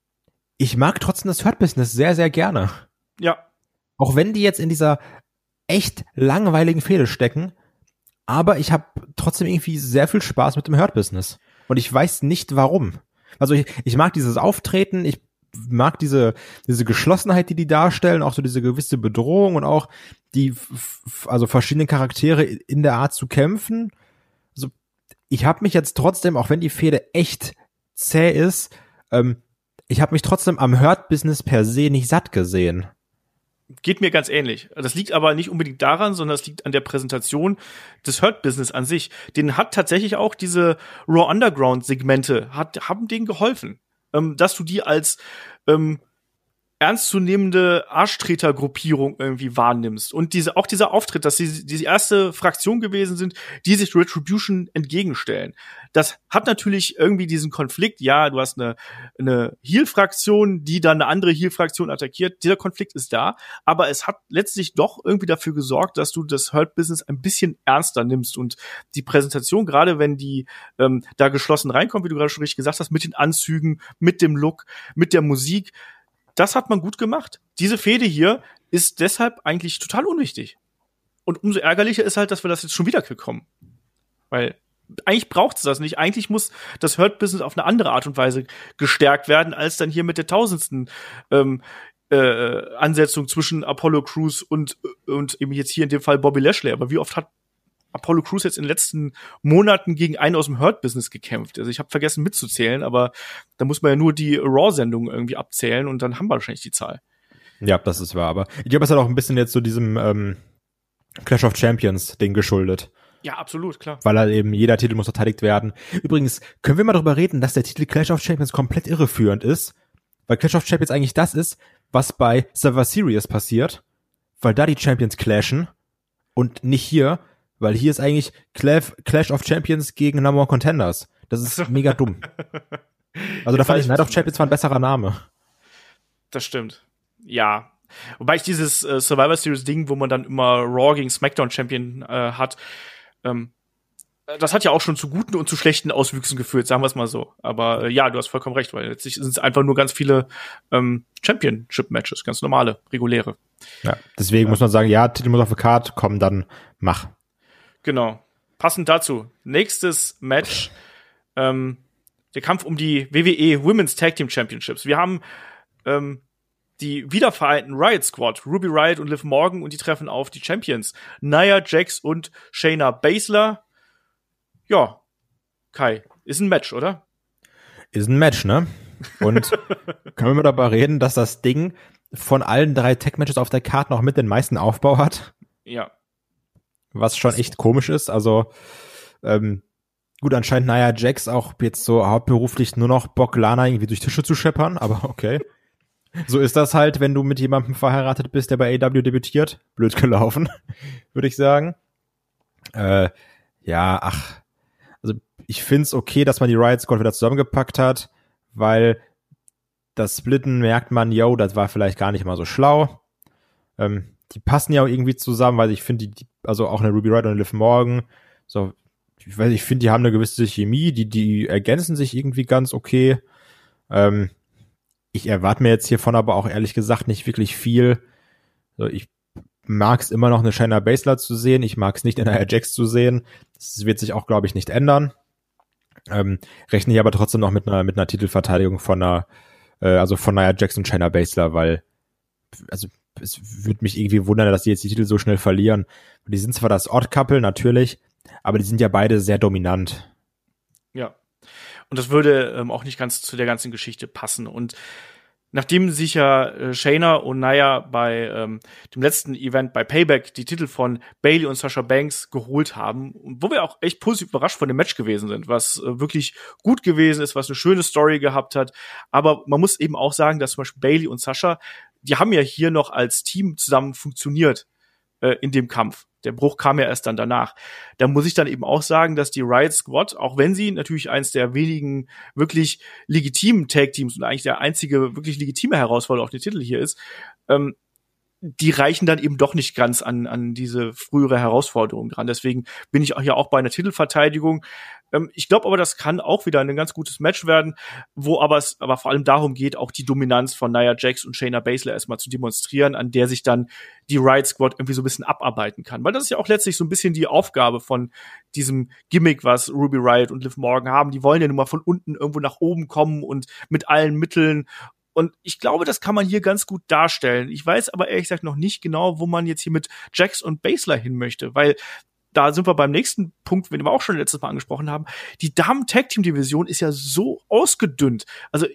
ich mag trotzdem das Hurt-Business sehr, sehr gerne. Ja. Auch wenn die jetzt in dieser echt langweiligen Fehde stecken, aber ich habe trotzdem irgendwie sehr viel Spaß mit dem Hurt-Business. Und ich weiß nicht warum. Also ich, ich mag dieses Auftreten, ich mag diese diese Geschlossenheit, die die darstellen, auch so diese gewisse Bedrohung und auch die f- f- also verschiedenen Charaktere in der Art zu kämpfen. Also ich habe mich jetzt trotzdem, auch wenn die Fehde echt zäh ist, ähm, ich habe mich trotzdem am Hurt-Business per se nicht satt gesehen. Geht mir ganz ähnlich. Das liegt aber nicht unbedingt daran, sondern es liegt an der Präsentation des Hurt-Business an sich. Den hat tatsächlich auch diese Raw Underground-Segmente, hat, haben denen geholfen, ähm, dass du die als ähm, ernstzunehmende Arschtreter-Gruppierung irgendwie wahrnimmst. Und diese, auch dieser Auftritt, dass sie diese erste Fraktion gewesen sind, die sich Retribution entgegenstellen. Das hat natürlich irgendwie diesen Konflikt. Ja, du hast eine, eine Heel-Fraktion, die dann eine andere Heel-Fraktion attackiert. Dieser Konflikt ist da. Aber es hat letztlich doch irgendwie dafür gesorgt, dass du das Hurt-Business ein bisschen ernster nimmst. Und die Präsentation, gerade wenn die ähm, da geschlossen reinkommt, wie du gerade schon richtig gesagt hast, mit den Anzügen, mit dem Look, mit der Musik, das hat man gut gemacht. Diese Fehde hier ist deshalb eigentlich total unwichtig. Und umso ärgerlicher ist halt, dass wir das jetzt schon wieder bekommen. Weil eigentlich braucht es das nicht. Eigentlich muss das Hurt-Business auf eine andere Art und Weise gestärkt werden, als dann hier mit der tausendsten ähm, äh, Ansetzung zwischen Apollo Crews und, und eben jetzt hier in dem Fall Bobby Lashley. Aber wie oft hat Apollo Crews jetzt in den letzten Monaten gegen einen aus dem Hurt-Business gekämpft? Also ich habe vergessen mitzuzählen, aber da muss man ja nur die Raw-Sendung irgendwie abzählen und dann haben wir wahrscheinlich die Zahl. Ja, das ist wahr, aber ich glaube, es hat auch ein bisschen jetzt so diesem ähm, Clash of Champions Ding geschuldet. Ja, absolut, klar. Weil halt eben jeder Titel muss verteidigt werden. Übrigens, können wir mal darüber reden, dass der Titel Clash of Champions komplett irreführend ist? Weil Clash of Champions eigentlich das ist, was bei Survivor Series passiert, weil da die Champions clashen und nicht hier, weil hier ist eigentlich Clash, Clash of Champions gegen Number One Contenders. Das ist mega dumm. Also da fand ich Night of Champions war ein besserer Name. Das stimmt. Ja. Wobei ich dieses äh, Survivor Series Ding, wo man dann immer Raw gegen SmackDown Champion äh, hat, ähm, das hat ja auch schon zu guten und zu schlechten Auswüchsen geführt, sagen wir es mal so. Aber äh, ja, du hast vollkommen recht, weil letztlich sind es einfach nur ganz viele ähm, Championship-Matches, ganz normale, reguläre. Ja, deswegen ja. muss man sagen, ja, Titel muss auf die Card, komm, dann mach. Genau. Passend dazu, nächstes Match, ähm, der Kampf um die W W E Women's Tag Team Championships. Wir haben ähm, die wiedervereinten Riot Squad, Ruby Riott und Liv Morgan, und die treffen auf die Champions Nia Jax und Shayna Baszler. Ja, Kai, ist ein Match, oder? Ist ein Match, ne? Und können wir mal darüber reden, dass das Ding von allen drei Tag-Matches auf der Karte noch mit den meisten Aufbau hat? Ja. Was schon echt komisch ist. Also, ähm, gut, anscheinend Nia Jax auch jetzt so hauptberuflich nur noch Bock, Lana irgendwie durch Tische zu scheppern, aber okay. So ist das halt, wenn du mit jemandem verheiratet bist, der bei A E W debütiert. Blöd gelaufen, würde ich sagen. Äh, ja, ach, also ich find's okay, dass man die Riot Squad wieder zusammengepackt hat, weil das Splitten merkt man, yo, das war vielleicht gar nicht mal so schlau. Ähm, die passen ja auch irgendwie zusammen, weil ich finde, die, also auch eine Ruby Riott und eine Liv Morgan, so, ich weiß, ich finde, die haben eine gewisse Chemie, die, die ergänzen sich irgendwie ganz okay. Ähm, ich erwarte mir jetzt hiervon aber auch ehrlich gesagt nicht wirklich viel. So, ich mag es immer noch, eine Shayna Baszler zu sehen. Ich mag es nicht, in Nia Jax zu sehen. Das wird sich auch, glaube ich, nicht ändern. Ähm, rechne ich aber trotzdem noch mit einer, mit einer Titelverteidigung von einer, äh, also von Nia Jax und Shayna Baszler, weil, also, es würde mich irgendwie wundern, dass die jetzt die Titel so schnell verlieren. Die sind zwar das Odd-Couple, natürlich, aber die sind ja beide sehr dominant. Ja. Und das würde ähm, auch nicht ganz zu der ganzen Geschichte passen. Und nachdem sich ja äh, Shayna und Nia bei ähm, dem letzten Event bei Payback die Titel von Bayley und Sasha Banks geholt haben, wo wir auch echt positiv überrascht von dem Match gewesen sind, was äh, wirklich gut gewesen ist, was eine schöne Story gehabt hat. Aber man muss eben auch sagen, dass zum Beispiel Bayley und Sasha, die haben ja hier noch als Team zusammen funktioniert äh, in dem Kampf. Der Bruch kam ja erst dann danach. Da muss ich dann eben auch sagen, dass die Riot Squad, auch wenn sie natürlich eins der wenigen wirklich legitimen Tag-Teams und eigentlich der einzige wirklich legitime Herausforderer auf den Titel hier ist, ähm, die reichen dann eben doch nicht ganz an, an diese frühere Herausforderung dran. Deswegen bin ich auch hier auch bei einer Titelverteidigung. Ähm, ich glaube aber, das kann auch wieder ein ganz gutes Match werden, wo aber es aber vor allem darum geht, auch die Dominanz von Nia Jax und Shayna Baszler erstmal zu demonstrieren, an der sich dann die Riot Squad irgendwie so ein bisschen abarbeiten kann. Weil das ist ja auch letztlich so ein bisschen die Aufgabe von diesem Gimmick, was Ruby Riot und Liv Morgan haben. Die wollen ja nun mal von unten irgendwo nach oben kommen und mit allen Mitteln. Und ich glaube, das kann man hier ganz gut darstellen. Ich weiß aber ehrlich gesagt noch nicht genau, wo man jetzt hier mit Jax und Baszler hin möchte, weil da sind wir beim nächsten Punkt, den wir auch schon letztes Mal angesprochen haben. Die Damen-Tag-Team-Division ist ja so ausgedünnt. Also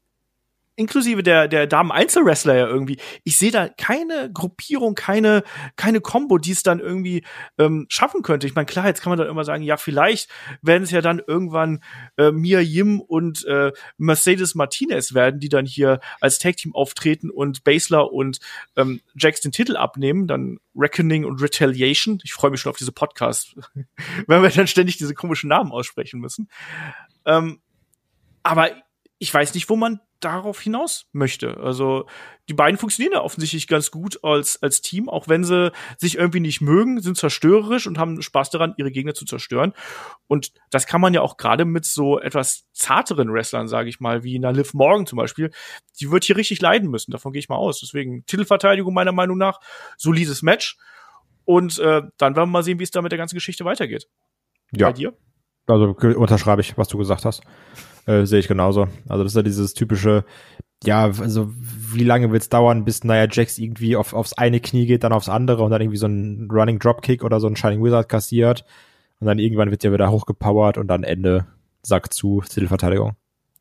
inklusive der der Damen-Einzelwrestler ja irgendwie. Ich sehe da keine Gruppierung, keine keine Combo, die es dann irgendwie ähm, schaffen könnte. Ich meine, klar, jetzt kann man dann immer sagen, ja, vielleicht werden es ja dann irgendwann äh, Mia Yim und äh, Mercedes Martinez werden, die dann hier als Tag-Team auftreten und Baszler und ähm, Jax den Titel abnehmen. Dann Reckoning und Retaliation. Ich freue mich schon auf diese Podcasts, wenn wir dann ständig diese komischen Namen aussprechen müssen. Ähm, aber ich weiß nicht, wo man darauf hinaus möchte. Also die beiden funktionieren ja offensichtlich ganz gut als als Team, auch wenn sie sich irgendwie nicht mögen, sind zerstörerisch und haben Spaß daran, ihre Gegner zu zerstören. Und das kann man ja auch gerade mit so etwas zarteren Wrestlern, sage ich mal, wie einer Liv Morgan zum Beispiel, die wird hier richtig leiden müssen. Davon gehe ich mal aus. Deswegen Titelverteidigung meiner Meinung nach, solides Match. Und äh, dann werden wir mal sehen, wie es da mit der ganzen Geschichte weitergeht. Ja. Bei dir? Also unterschreibe ich, was du gesagt hast. Äh, sehe ich genauso. Also das ist ja dieses typische, ja, also wie lange wird's dauern, bis Nia Jax irgendwie auf, aufs eine Knie geht, dann aufs andere und dann irgendwie so ein Running Dropkick oder so ein Shining Wizard kassiert und dann irgendwann wird ja wieder hochgepowert und dann Ende, Sack zu, Titelverteidigung.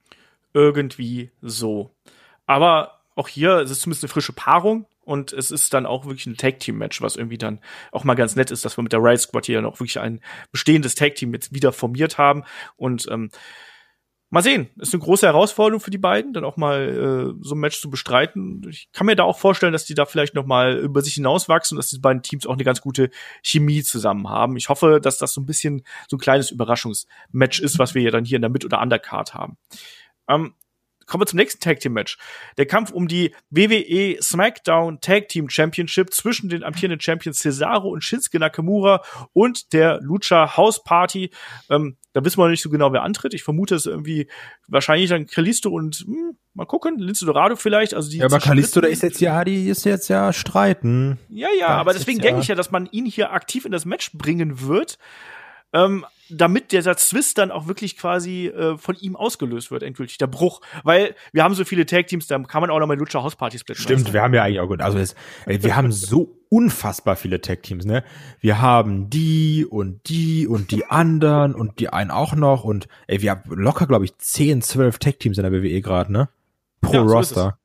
Irgendwie so. Aber auch hier es ist zumindest eine frische Paarung und es ist dann auch wirklich ein Tag-Team-Match, was irgendwie dann auch mal ganz nett ist, dass wir mit der Riot Squad hier noch wirklich ein bestehendes Tag-Team jetzt wieder formiert haben und ähm, mal sehen, ist eine große Herausforderung für die beiden, dann auch mal äh, so ein Match zu bestreiten. Ich kann mir da auch vorstellen, dass die da vielleicht noch mal über sich hinauswachsen und dass die beiden Teams auch eine ganz gute Chemie zusammen haben. Ich hoffe, dass das so ein bisschen so ein kleines Überraschungsmatch ist, was wir ja dann hier in der Mid- oder Undercard haben. Ähm, Kommen wir zum nächsten Tag Team Match. Der Kampf um die W W E SmackDown Tag Team Championship zwischen den amtierenden Champions Cesaro und Shinsuke Nakamura und der Lucha House Party. Ähm, da wissen wir noch nicht so genau, wer antritt. Ich vermute, es ist irgendwie wahrscheinlich dann Kalisto und hm, mal gucken, Lince Dorado vielleicht. Also die ja, aber Kalisto, der ist jetzt ja, die ist jetzt ja streiten. Ja, ja, da aber deswegen denke ja. ich ja, dass man ihn hier aktiv in das Match bringen wird. Ähm, damit dieser Twist dann auch wirklich quasi äh, von ihm ausgelöst wird, endgültig, der Bruch. Weil wir haben so viele Tag-Teams, da kann man auch noch mal Lucha House Party splitten. Stimmt, weißt du? Wir haben ja eigentlich auch gut. Also das, ey, wir haben so unfassbar viele Tag-Teams, ne? Wir haben die und die und die anderen und die einen auch noch und ey, wir haben locker, glaube ich, zehn, zwölf Tag-Teams in der W W E gerade, ne? Pro ja, so Roster.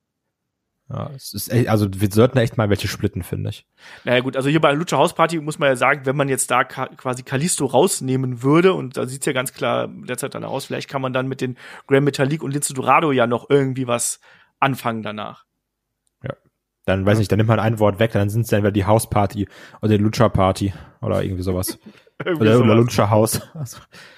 Ja, es ist echt, also wir sollten echt mal welche splitten, finde ich. Naja gut, also hier bei Lucha House Party muss man ja sagen, wenn man jetzt da ka- quasi Kalisto rausnehmen würde, und da sieht's ja ganz klar derzeit dann aus, vielleicht kann man dann mit den Gran Metalik und Lince Dorado ja noch irgendwie was anfangen danach. Ja, dann weiß nicht, dann nimmt man ein Wort weg, dann sind's dann wieder die House Party oder die Lucha Party oder irgendwie sowas. irgendwie oder, sowas. Oder Lucha House. Also.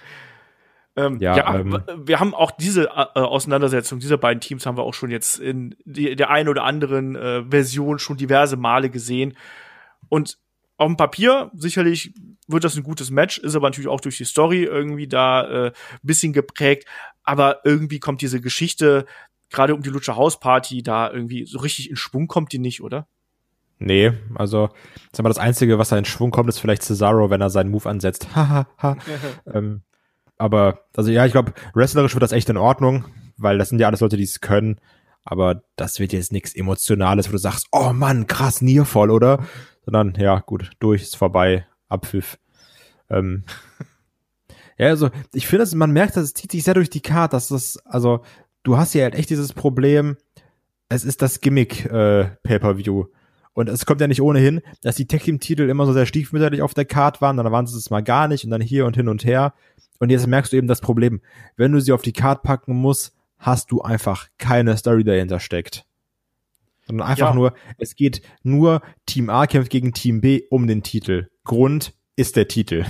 Ähm, ja, ja ähm, wir haben auch diese äh, Auseinandersetzung dieser beiden Teams haben wir auch schon jetzt in die, der einen oder anderen äh, Version schon diverse Male gesehen. Und auf dem Papier sicherlich wird das ein gutes Match, ist aber natürlich auch durch die Story irgendwie da äh, bisschen geprägt. Aber irgendwie kommt diese Geschichte, gerade um die Lucha House Party, da irgendwie so richtig in Schwung kommt die nicht, oder? Nee, also sag mal, das Einzige, was da in Schwung kommt, ist vielleicht Cesaro, wenn er seinen Move ansetzt. Haha. ähm, Aber, also ja, ich glaube, wrestlerisch wird das echt in Ordnung, weil das sind ja alles Leute, die es können. Aber das wird jetzt nichts Emotionales, wo du sagst, oh Mann, krass, Nearfall, oder? Sondern, ja, gut, durch, ist vorbei, Abpfiff. Ähm, ja, also, ich finde, man merkt, das zieht sich sehr durch die Karte, dass das, also, du hast ja halt echt dieses Problem, es ist das Gimmick äh, Pay-Per-View. Und es kommt ja nicht ohnehin, dass die Tag-Team-Titel immer so sehr stiefmütterlich auf der Card waren, dann waren sie es mal gar nicht und dann hier und hin und her. Und jetzt merkst du eben das Problem. Wenn du sie auf die Card packen musst, hast du einfach keine Story, die dahinter steckt. Sondern einfach ja. nur, es geht nur Team A kämpft gegen Team B um den Titel. Grund ist der Titel.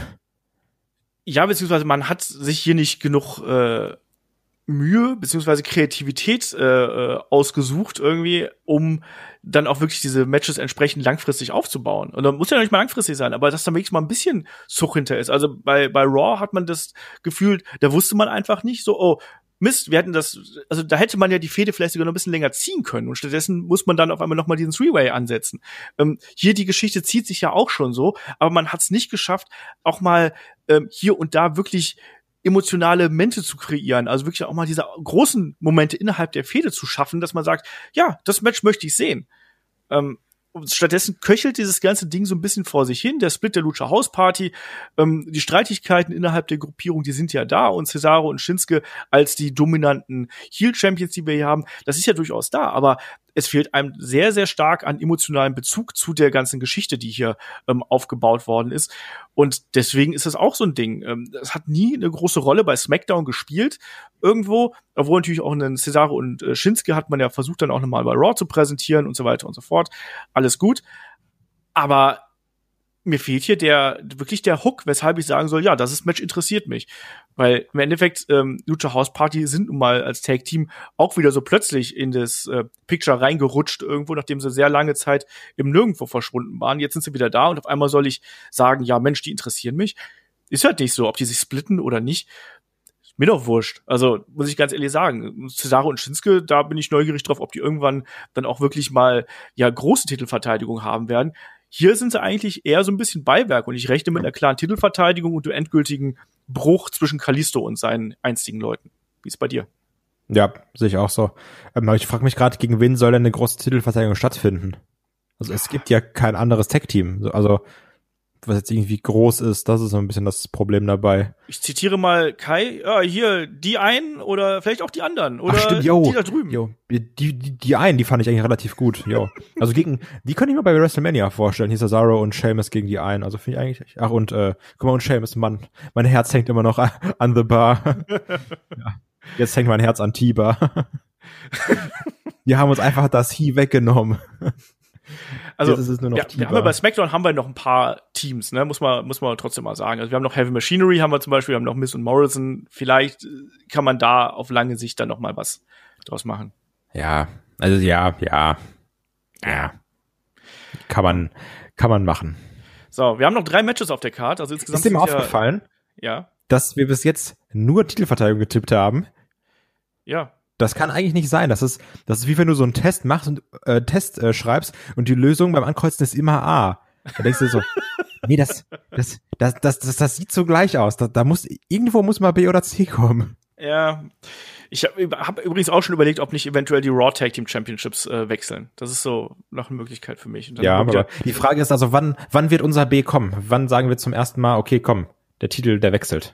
Ja, beziehungsweise man hat sich hier nicht genug äh, Mühe beziehungsweise Kreativität äh, ausgesucht irgendwie, um dann auch wirklich diese Matches entsprechend langfristig aufzubauen. Und da muss ja nicht mal langfristig sein, aber dass da wirklich mal ein bisschen Zug hinter ist. Also bei bei Raw hat man das Gefühl, da wusste man einfach nicht so, oh, Mist, wir hätten das, also da hätte man ja die Fehde vielleicht sogar noch ein bisschen länger ziehen können und stattdessen muss man dann auf einmal nochmal diesen Three-Way ansetzen. Ähm, hier die Geschichte zieht sich ja auch schon so, aber man hat es nicht geschafft, auch mal ähm, hier und da wirklich emotionale Momente zu kreieren, also wirklich auch mal diese großen Momente innerhalb der Fehde zu schaffen, dass man sagt, ja, das Match möchte ich sehen. Ähm, Und stattdessen köchelt dieses ganze Ding so ein bisschen vor sich hin. Der Split der Lucha House Party, ähm, die Streitigkeiten innerhalb der Gruppierung, die sind ja da. Und Cesaro und Shinsuke als die dominanten Heel-Champions, die wir hier haben, das ist ja durchaus da. Aber es fehlt einem sehr, sehr stark an emotionalem Bezug zu der ganzen Geschichte, die hier ähm, aufgebaut worden ist. Und deswegen ist es auch so ein Ding. Ähm, es hat nie eine große Rolle bei SmackDown gespielt irgendwo, obwohl natürlich auch einen Cesaro und äh, Shinsuke hat man ja versucht, dann auch nochmal bei Raw zu präsentieren und so weiter und so fort. Alles gut. Aber mir fehlt hier der wirklich der Hook, weshalb ich sagen soll, ja, das Match interessiert mich. Weil im Endeffekt ähm, Lucha House Party sind nun mal als Tag-Team auch wieder so plötzlich in das äh, Picture reingerutscht irgendwo, nachdem sie sehr lange Zeit im Nirgendwo verschwunden waren. Jetzt sind sie wieder da und auf einmal soll ich sagen, ja Mensch, die interessieren mich. Ist halt nicht so, ob die sich splitten oder nicht. Ist mir doch wurscht. Also muss ich ganz ehrlich sagen, Cesaro und Shinsuke, da bin ich neugierig drauf, ob die irgendwann dann auch wirklich mal ja große Titelverteidigung haben werden. Hier sind sie eigentlich eher so ein bisschen Beiwerk und ich rechne mit einer klaren Titelverteidigung und dem endgültigen Bruch zwischen Kalisto und seinen einstigen Leuten. Wie ist bei dir? Ja, sehe ich auch so. Aber ich frage mich gerade, gegen wen soll denn eine große Titelverteidigung stattfinden? Also es gibt ja kein anderes Tag-Team. Also was jetzt irgendwie groß ist, das ist so ein bisschen das Problem dabei. Ich zitiere mal Kai, ja, hier, die einen oder vielleicht auch die anderen oder Ach, stimmt, yo, die da drüben. Yo, die, die, die einen, die fand ich eigentlich relativ gut. Yo. Also gegen, die könnte ich mir bei WrestleMania vorstellen. Hier Cesaro und Sheamus gegen die einen. Also finde ich eigentlich, ach und, äh, guck mal, und Sheamus, Mann, mein Herz hängt immer noch an the bar. Ja, jetzt hängt mein Herz an T-Bar. Wir haben uns einfach das He weggenommen. Also ist es nur noch ja, wir haben ja bei SmackDown haben wir noch ein paar Teams, ne, muss man muss man trotzdem mal sagen. Also wir haben noch Heavy Machinery, haben wir zum Beispiel, wir haben noch Miz und Morrison. Vielleicht kann man da auf lange Sicht dann noch mal was draus machen. Ja, also ja, ja, ja, kann man kann man machen. So, wir haben noch drei Matches auf der Card. Also insgesamt ist dir mal aufgefallen, ja, ja, dass wir bis jetzt nur Titelverteidigung getippt haben? Ja. Das kann eigentlich nicht sein. Das ist, das ist wie wenn du so einen Test machst und äh, Test äh, schreibst und die Lösung beim Ankreuzen ist immer A. Da denkst du so, nee, das, das, das, das, das, das sieht so gleich aus. Da, da muss irgendwo muss mal B oder C kommen. Ja, ich habe hab übrigens auch schon überlegt, ob nicht eventuell die Raw Tag Team Championships äh, wechseln. Das ist so noch eine Möglichkeit für mich. Und dann ja, aber die Frage ist also, wann, wann wird unser B kommen? Wann sagen wir zum ersten Mal, okay, komm, der Titel, der wechselt?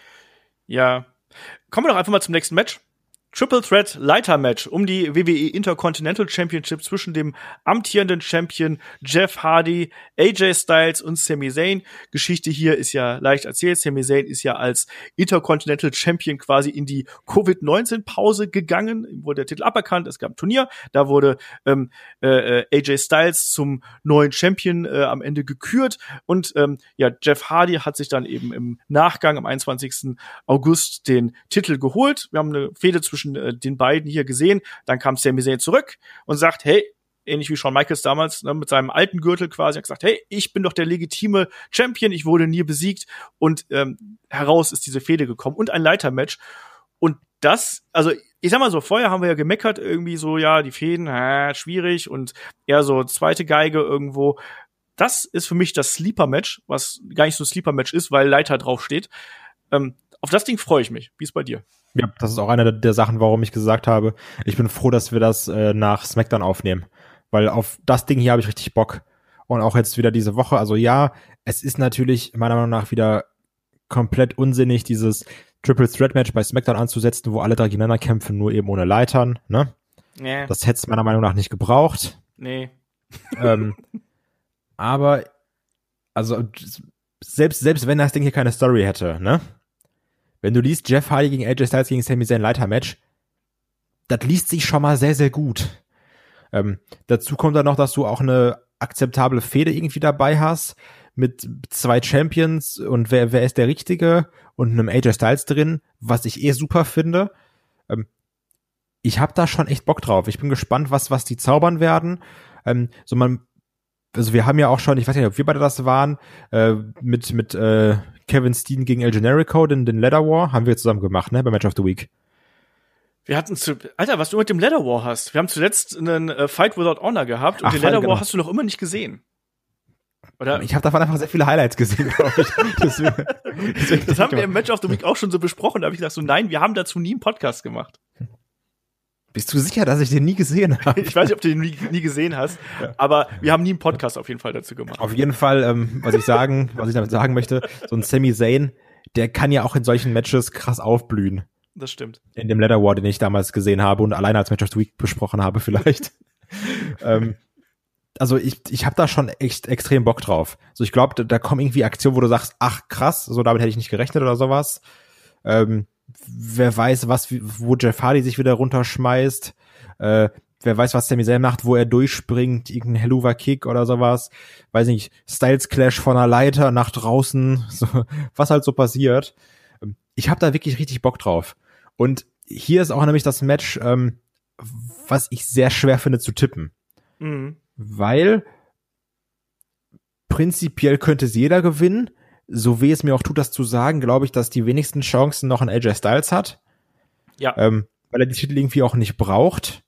Ja, kommen wir doch einfach mal zum nächsten Match. Triple Threat Leiter Match um die W W E Intercontinental Championship zwischen dem amtierenden Champion Jeff Hardy, A J Styles und Sami Zayn. Geschichte hier ist ja leicht erzählt. Sami Zayn ist ja als Intercontinental Champion quasi in die Covid neunzehn Pause gegangen. Ihm wurde der Titel aberkannt. Es gab ein Turnier. Da wurde ähm, äh, A J Styles zum neuen Champion äh, am Ende gekürt. Und ähm, ja, Jeff Hardy hat sich dann eben im Nachgang am einundzwanzigsten August den Titel geholt. Wir haben eine Fehde zwischen den beiden hier gesehen. Dann kam Sami Zayn zurück und sagt, hey, ähnlich wie Shawn Michaels damals, ne, mit seinem alten Gürtel quasi, hat gesagt, hey, ich bin doch der legitime Champion, ich wurde nie besiegt und ähm, heraus ist diese Fehde gekommen und ein Leitermatch. Und das, also ich sag mal so, vorher haben wir ja gemeckert, irgendwie so, ja, die Fäden, äh, schwierig und eher so zweite Geige irgendwo. Das ist für mich das Sleeper-Match, was gar nicht so ein Sleeper-Match ist, weil Leiter draufsteht. Ähm, auf das Ding freue ich mich. Wie ist bei dir? Ja, das ist auch eine der Sachen, warum ich gesagt habe, ich bin froh, dass wir das äh, nach SmackDown aufnehmen. Weil auf das Ding hier habe ich richtig Bock. Und auch jetzt wieder diese Woche, also ja, es ist natürlich meiner Meinung nach wieder komplett unsinnig, dieses Triple Threat Match bei SmackDown anzusetzen, wo alle drei gegeneinander kämpfen, nur eben ohne Leitern, ne? Nee. Das hätte es meiner Meinung nach nicht gebraucht. Nee. ähm, aber, also, selbst, selbst wenn das Ding hier keine Story hätte, ne? Wenn du liest, Jeff Hardy gegen A J Styles gegen Sami Zayn Leitermatch, das liest sich schon mal sehr, sehr gut. Ähm, dazu kommt dann noch, dass du auch eine akzeptable Fehde irgendwie dabei hast, mit zwei Champions und wer, wer ist der Richtige und einem A J Styles drin, was ich eh super finde. Ähm, ich habe da schon echt Bock drauf. Ich bin gespannt, was, was die zaubern werden. Ähm, so man, also wir haben ja auch schon, ich weiß nicht, ob wir beide das waren, äh, mit, mit, äh, Kevin Steen gegen El Generico, den, den Leather War, haben wir zusammen gemacht, ne, bei Match of the Week. Wir hatten zu, Alter, was du mit dem Leather War hast. Wir haben zuletzt einen äh, Fight Without Honor gehabt und Ach, den Leather genau. War hast du noch immer nicht gesehen. Oder? Ich habe davon einfach sehr viele Highlights gesehen, glaube ich. Deswegen, deswegen das haben wir im Match of the Week auch schon so besprochen. Da habe ich gesagt so, nein, wir haben dazu nie einen Podcast gemacht. Bist du sicher, dass ich den nie gesehen habe? Ich weiß nicht, ob du den nie, nie gesehen hast, ja. Aber wir haben nie einen Podcast auf jeden Fall dazu gemacht. Auf jeden Fall, ähm, was ich sagen, was ich damit sagen möchte, so ein Sami Zayn, der kann ja auch in solchen Matches krass aufblühen. Das stimmt. In dem Leather War, den ich damals gesehen habe und alleine als Match of the Week besprochen habe vielleicht. ähm, also ich, ich habe da schon echt extrem Bock drauf. So, ich glaube, da, da kommen irgendwie Aktionen, wo du sagst, ach krass, so damit hätte ich nicht gerechnet oder sowas. Ähm, wer weiß, was, wo Jeff Hardy sich wieder runterschmeißt. Äh, wer weiß, was Sami Zayn macht, wo er durchspringt, irgendein Helluva Kick oder sowas. Weiß nicht, Styles Clash von einer Leiter nach draußen, so, was halt so passiert. Ich habe da wirklich richtig Bock drauf. Und hier ist auch nämlich das Match, ähm, was ich sehr schwer finde zu tippen. Mhm. Weil prinzipiell könnte es jeder gewinnen. So weh es mir auch tut, das zu sagen, glaube ich, dass die wenigsten Chancen noch ein A J Styles hat. Ja. Ähm, weil er die Titel irgendwie auch nicht braucht.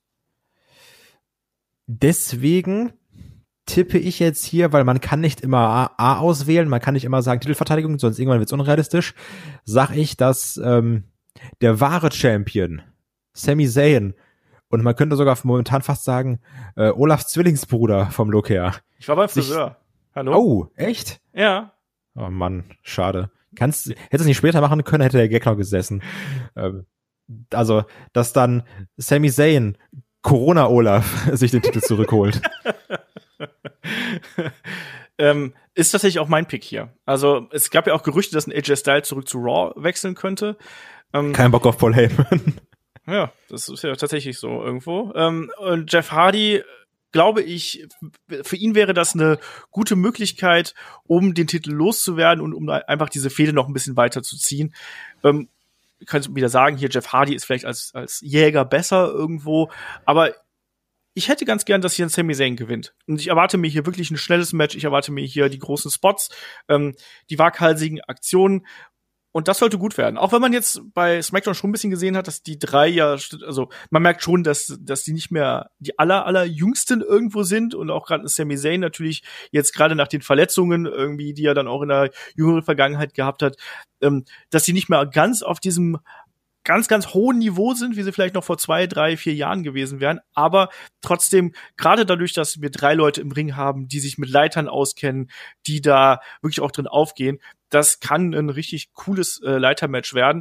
Deswegen tippe ich jetzt hier, weil man kann nicht immer A, A auswählen, man kann nicht immer sagen Titelverteidigung, sonst irgendwann wird's unrealistisch, sag ich, dass ähm, der wahre Champion, Sami Zayn, und man könnte sogar momentan fast sagen, äh, Olafs Zwillingsbruder vom Look her. Ich war beim Friseur. Hallo? Oh, echt? Ja. Oh Mann, schade. Kannst, hättest du nicht später machen können, hätte der Gag noch gesessen. Ähm, also, dass dann Sami Zayn, Corona Olaf, sich den Titel zurückholt. ähm, ist tatsächlich auch mein Pick hier. Also, es gab ja auch Gerüchte, dass ein A J Styles zurück zu Raw wechseln könnte. Ähm, Kein Bock auf Paul Heyman. Ja, das ist ja tatsächlich so irgendwo. Ähm, und Jeff Hardy, glaube ich, für ihn wäre das eine gute Möglichkeit, um den Titel loszuwerden und um einfach diese Fehde noch ein bisschen weiter zu ziehen. Ähm, ich kann wieder sagen, hier Jeff Hardy ist vielleicht als, als Jäger besser irgendwo, aber ich hätte ganz gern, dass hier ein Sami Zayn gewinnt. Und ich erwarte mir hier wirklich ein schnelles Match, ich erwarte mir hier die großen Spots, ähm, die waghalsigen Aktionen. Und das sollte gut werden. Auch wenn man jetzt bei SmackDown schon ein bisschen gesehen hat, dass die drei ja, also man merkt schon, dass dass die nicht mehr die aller aller Jüngsten irgendwo sind und auch gerade Sami Zayn natürlich jetzt gerade nach den Verletzungen irgendwie, die er dann auch in der jüngeren Vergangenheit gehabt hat, ähm, dass sie nicht mehr ganz auf diesem ganz, ganz hohen Niveau sind, wie sie vielleicht noch vor zwei, drei, vier Jahren gewesen wären. Aber trotzdem, gerade dadurch, dass wir drei Leute im Ring haben, die sich mit Leitern auskennen, die da wirklich auch drin aufgehen, das kann ein richtig cooles äh, Leitermatch werden.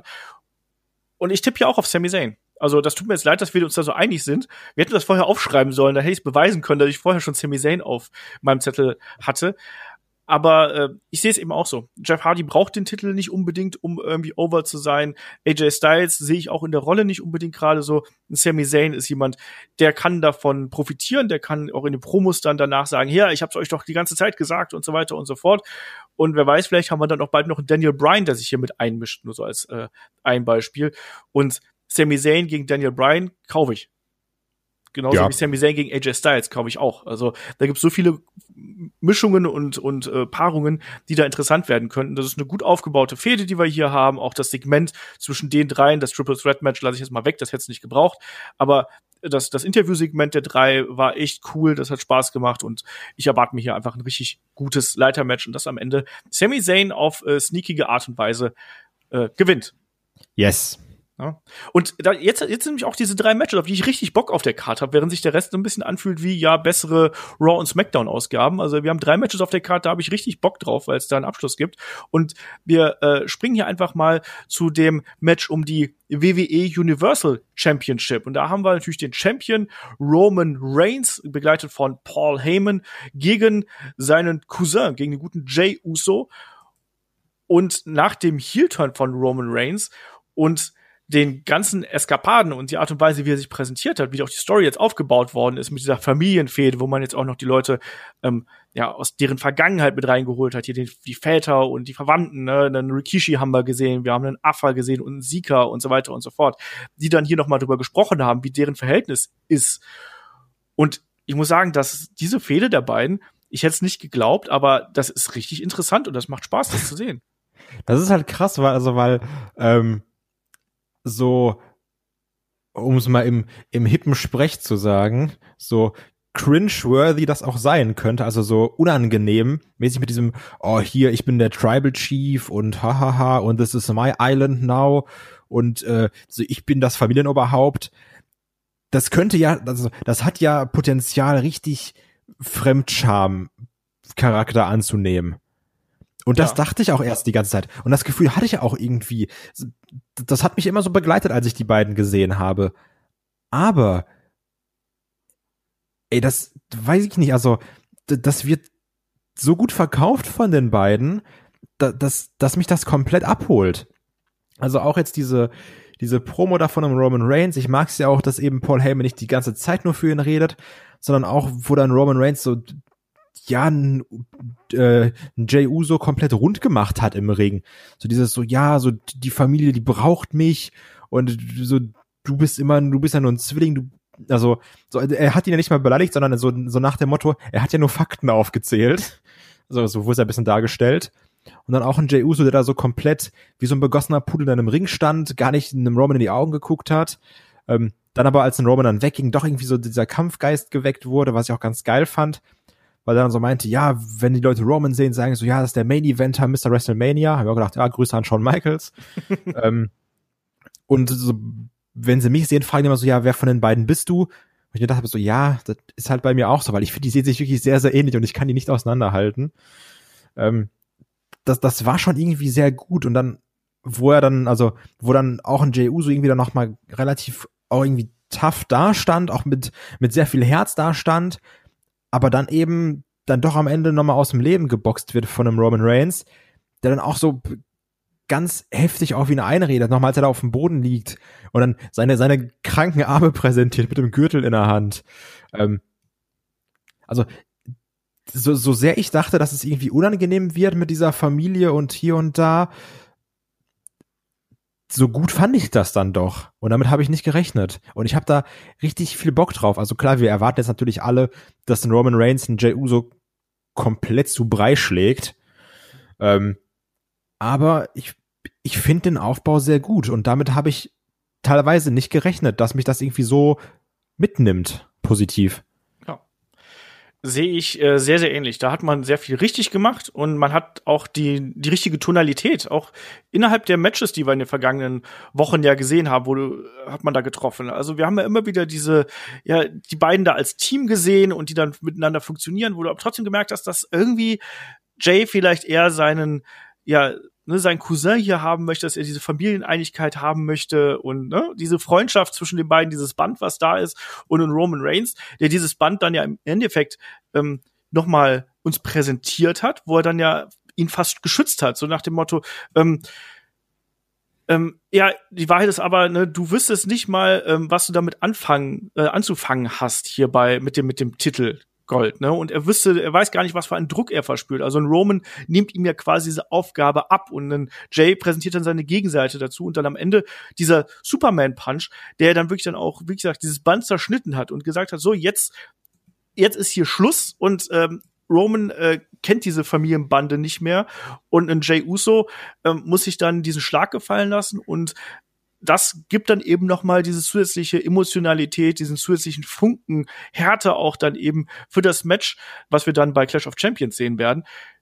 Und ich tippe ja auch auf Sami Zayn. Also das tut mir jetzt leid, dass wir uns da so einig sind. Wir hätten das vorher aufschreiben sollen, da hätte ich es beweisen können, dass ich vorher schon Sami Zayn auf meinem Zettel hatte. Aber äh, ich sehe es eben auch so. Jeff Hardy braucht den Titel nicht unbedingt, um irgendwie over zu sein. A J Styles sehe ich auch in der Rolle nicht unbedingt gerade so. Sami Zayn ist jemand, der kann davon profitieren, der kann auch in den Promos dann danach sagen, ja, ich hab's euch doch die ganze Zeit gesagt und so weiter und so fort. Und wer weiß, vielleicht haben wir dann auch bald noch einen Daniel Bryan, der sich hier mit einmischt, nur so als äh, ein Beispiel. Und Sami Zayn gegen Daniel Bryan kaufe ich. Genauso ja. wie Sami Zayn gegen A J Styles, glaube ich auch. Also da gibt's so viele Mischungen und und äh, Paarungen, die da interessant werden könnten. Das ist eine gut aufgebaute Fehde, die wir hier haben. Auch das Segment zwischen den dreien, das Triple Threat Match, lasse ich jetzt mal weg, das hätte es nicht gebraucht. Aber das das Interviewsegment der drei war echt cool, das hat Spaß gemacht und ich erwarte mir hier einfach ein richtig gutes Leitermatch und das am Ende Sami Zayn auf äh, sneakige Art und Weise äh, gewinnt. Yes. Ja. Und da, jetzt, jetzt sind nämlich auch diese drei Matches, auf die ich richtig Bock auf der Karte habe, während sich der Rest so ein bisschen anfühlt wie, ja, bessere Raw- und Smackdown-Ausgaben. Also wir haben drei Matches auf der Karte, da habe ich richtig Bock drauf, weil es da einen Abschluss gibt. Und wir äh, springen hier einfach mal zu dem Match um die W W E Universal Championship. Und da haben wir natürlich den Champion Roman Reigns, begleitet von Paul Heyman, gegen seinen Cousin, gegen den guten Jey Uso. Und nach dem Heel-Turn von Roman Reigns und den ganzen Eskapaden und die Art und Weise, wie er sich präsentiert hat, wie auch die Story jetzt aufgebaut worden ist mit dieser Familienfehde, wo man jetzt auch noch die Leute ähm, ja aus deren Vergangenheit mit reingeholt hat, hier den, die Väter und die Verwandten, ne, einen Rikishi haben wir gesehen, wir haben einen Afa gesehen und einen Sika und so weiter und so fort, die dann hier nochmal drüber gesprochen haben, wie deren Verhältnis ist. Und ich muss sagen, dass diese Fehde der beiden, ich hätte es nicht geglaubt, aber das ist richtig interessant und das macht Spaß, das zu sehen. Das ist halt krass, weil, also, weil, ähm, so, um es mal im, im hippen Sprech zu sagen, so cringe-worthy das auch sein könnte, also so unangenehm, mäßig mit diesem, oh, hier, ich bin der Tribal Chief und hahaha und this is my island now und äh, so, ich bin das Familienoberhaupt. Das könnte ja, also das hat ja Potenzial, richtig Fremdscham-Charakter anzunehmen. Und das ja. dachte ich auch erst die ganze Zeit. Und das Gefühl hatte ich auch irgendwie. Das hat mich immer so begleitet, als ich die beiden gesehen habe. Aber, ey, das weiß ich nicht. Also, das wird so gut verkauft von den beiden, dass, dass mich das komplett abholt. Also auch jetzt diese, diese Promo da von einem Roman Reigns. Ich mag es ja auch, dass eben Paul Heyman nicht die ganze Zeit nur für ihn redet, sondern auch, wo dann Roman Reigns so ja, ein, äh, ein Jey Uso komplett rund gemacht hat im Ring. So dieses so, ja, so die Familie, die braucht mich und so, du bist immer, du bist ja nur ein Zwilling, du, also, so, er hat ihn ja nicht mal beleidigt, sondern so, so nach dem Motto, er hat ja nur Fakten aufgezählt. So, so wurde es ein bisschen dargestellt. Und dann auch ein Jey Uso, der da so komplett wie so ein begossener Pudel in einem Ring stand, gar nicht einem Roman in die Augen geguckt hat. Ähm, dann aber, als ein Roman dann wegging, doch irgendwie so dieser Kampfgeist geweckt wurde, was ich auch ganz geil fand. Weil er dann so meinte, ja, wenn die Leute Roman sehen, sagen so, ja, das ist der Main-Eventer Mister WrestleMania. Habe ich auch gedacht, ja, Grüße an Shawn Michaels. ähm, und so, wenn sie mich sehen, fragen die immer so, ja, wer von den beiden bist du? Und ich mir dachte so, ja, das ist halt bei mir auch so, weil ich finde, die sehen sich wirklich sehr, sehr ähnlich und ich kann die nicht auseinanderhalten. Ähm, das, das war schon irgendwie sehr gut. Und dann, wo er dann, also, wo dann auch ein Jey Uso irgendwie dann nochmal relativ auch irgendwie tough dastand, auch mit, mit sehr viel Herz dastand, aber dann eben dann doch am Ende nochmal aus dem Leben geboxt wird von einem Roman Reigns, der dann auch so ganz heftig auf ihn einredet, nochmal als er da auf dem Boden liegt und dann seine seine kranken Arme präsentiert mit dem Gürtel in der Hand. Ähm, also so, so sehr ich dachte, dass es irgendwie unangenehm wird mit dieser Familie und hier und da, so gut fand ich das dann doch. Und damit habe ich nicht gerechnet. Und ich habe da richtig viel Bock drauf. Also klar, wir erwarten jetzt natürlich alle, dass ein Roman Reigns ein Jey Uso komplett zu Brei schlägt. Ähm, aber ich, ich finde den Aufbau sehr gut. Und damit habe ich teilweise nicht gerechnet, dass mich das irgendwie so mitnimmt, positiv. Sehe ich äh, sehr, sehr ähnlich. Da hat man sehr viel richtig gemacht und man hat auch die die richtige Tonalität, auch innerhalb der Matches, die wir in den vergangenen Wochen ja gesehen haben, wo du, hat man da getroffen. Also wir haben ja immer wieder diese, ja, die beiden da als Team gesehen und die dann miteinander funktionieren, wo du aber trotzdem gemerkt hast, dass irgendwie Jay vielleicht eher seinen, ja, ne, seinen Cousin hier haben möchte, dass er diese Familieneinigkeit haben möchte und ne, diese Freundschaft zwischen den beiden, dieses Band, was da ist, und in Roman Reigns, der dieses Band dann ja im Endeffekt ähm, nochmal uns präsentiert hat, wo er dann ja ihn fast geschützt hat, so nach dem Motto, ähm, ähm, ja, die Wahrheit ist aber, ne, du wüsstest nicht mal, ähm, was du damit anfangen, äh, anzufangen hast hierbei mit dem mit dem Titel Gold, ne? Und er wüsste, er weiß gar nicht, was für einen Druck er verspürt. Also ein Roman nimmt ihm ja quasi diese Aufgabe ab und ein Jay präsentiert dann seine Gegenseite dazu und dann am Ende dieser Superman-Punch, der dann wirklich dann auch, wie gesagt, dieses Band zerschnitten hat und gesagt hat, so, jetzt, jetzt ist hier Schluss und ähm, Roman äh, kennt diese Familienbande nicht mehr und ein Jey Uso ähm, muss sich dann diesen Schlag gefallen lassen und das gibt dann eben noch mal diese zusätzliche Emotionalität, diesen zusätzlichen Funken Härte auch dann eben für das Match, was wir dann bei Clash of Champions sehen werden.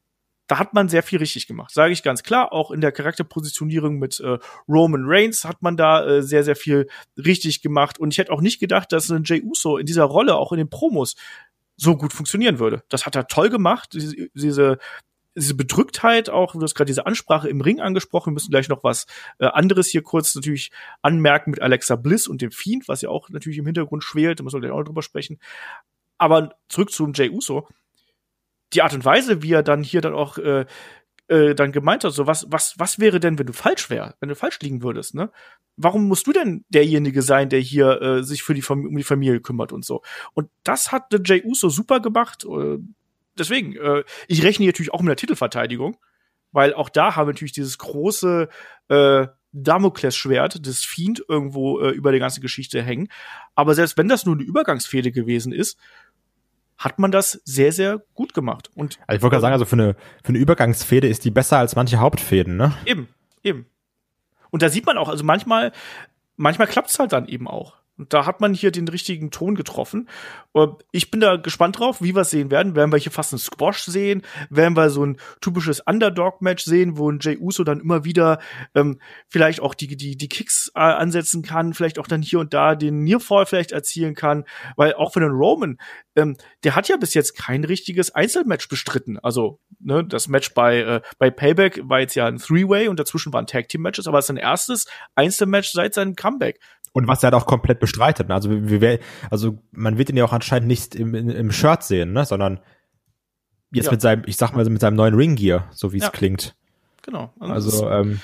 da hat man sehr viel richtig gemacht, sage ich ganz klar. Auch in der Charakterpositionierung mit äh, Roman Reigns hat man da äh, sehr, sehr viel richtig gemacht. Und ich hätte auch nicht gedacht, dass ein Jey Uso in dieser Rolle, auch in den Promos, so gut funktionieren würde. Das hat er toll gemacht, diese, diese, diese Bedrücktheit auch, du hast gerade diese Ansprache im Ring angesprochen, wir müssen gleich noch was äh, anderes hier kurz natürlich anmerken mit Alexa Bliss und dem Fiend, was ja auch natürlich im Hintergrund schwelt, da müssen wir gleich auch drüber sprechen. Aber zurück zum Jey Uso. Die Art und Weise, wie er dann hier dann auch äh, äh, dann gemeint hat, so was was was wäre denn, wenn du falsch wär, wenn du falsch liegen würdest, ne? Warum musst du denn derjenige sein, der hier äh, sich für die Fam- um die Familie kümmert und so? Und das hat der Jey Uso super gemacht. Äh, deswegen, äh, ich rechne natürlich auch mit der Titelverteidigung, weil auch da haben wir natürlich dieses große äh, Damoklesschwert des Fiend irgendwo äh, über der ganzen Geschichte hängen. Aber selbst wenn das nur eine Übergangsfehde gewesen ist, hat man das sehr, sehr gut gemacht. Und also ich wollte gerade sagen, also für eine, für eine Übergangsfehde ist die besser als manche Hauptfäden, ne? Eben, eben. Und da sieht man auch, also manchmal, manchmal klappt's halt dann eben auch. Und da hat man hier den richtigen Ton getroffen. Ich bin da gespannt drauf, wie wir es sehen werden. Werden wir hier fast einen Squash sehen? Werden wir so ein typisches Underdog-Match sehen, wo ein Jey Uso dann immer wieder ähm, vielleicht auch die, die, die Kicks äh, ansetzen kann, vielleicht auch dann hier und da den Nearfall vielleicht erzielen kann? Weil auch für den Roman, ähm, der hat ja bis jetzt kein richtiges Einzelmatch bestritten. Also, ne, das Match bei, äh, bei Payback war jetzt ja ein Three-Way und dazwischen waren Tag-Team-Matches, aber es ist sein erstes Einzelmatch seit seinem Comeback. Und was er halt auch komplett bestreitet. Also, wir, also man wird ihn ja auch anscheinend nicht im, im, im Shirt sehen, ne, sondern jetzt ja. mit seinem, ich sag mal, mit seinem neuen Ringgear, so wie es ja. klingt. Genau. Also, ähm,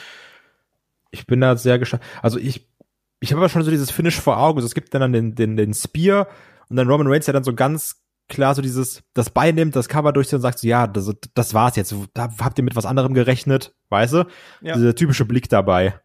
ich bin da sehr gespannt. Also ich, ich habe aber schon so dieses Finish vor Augen. Also, es gibt dann den, den, den Spear und dann Roman Reigns, der dann so ganz klar so dieses, das Bein nimmt, das Cover durchzieht und sagt so, ja, das, das war's jetzt. Da habt ihr mit was anderem gerechnet, weißt du? Ja. Dieser typische Blick dabei.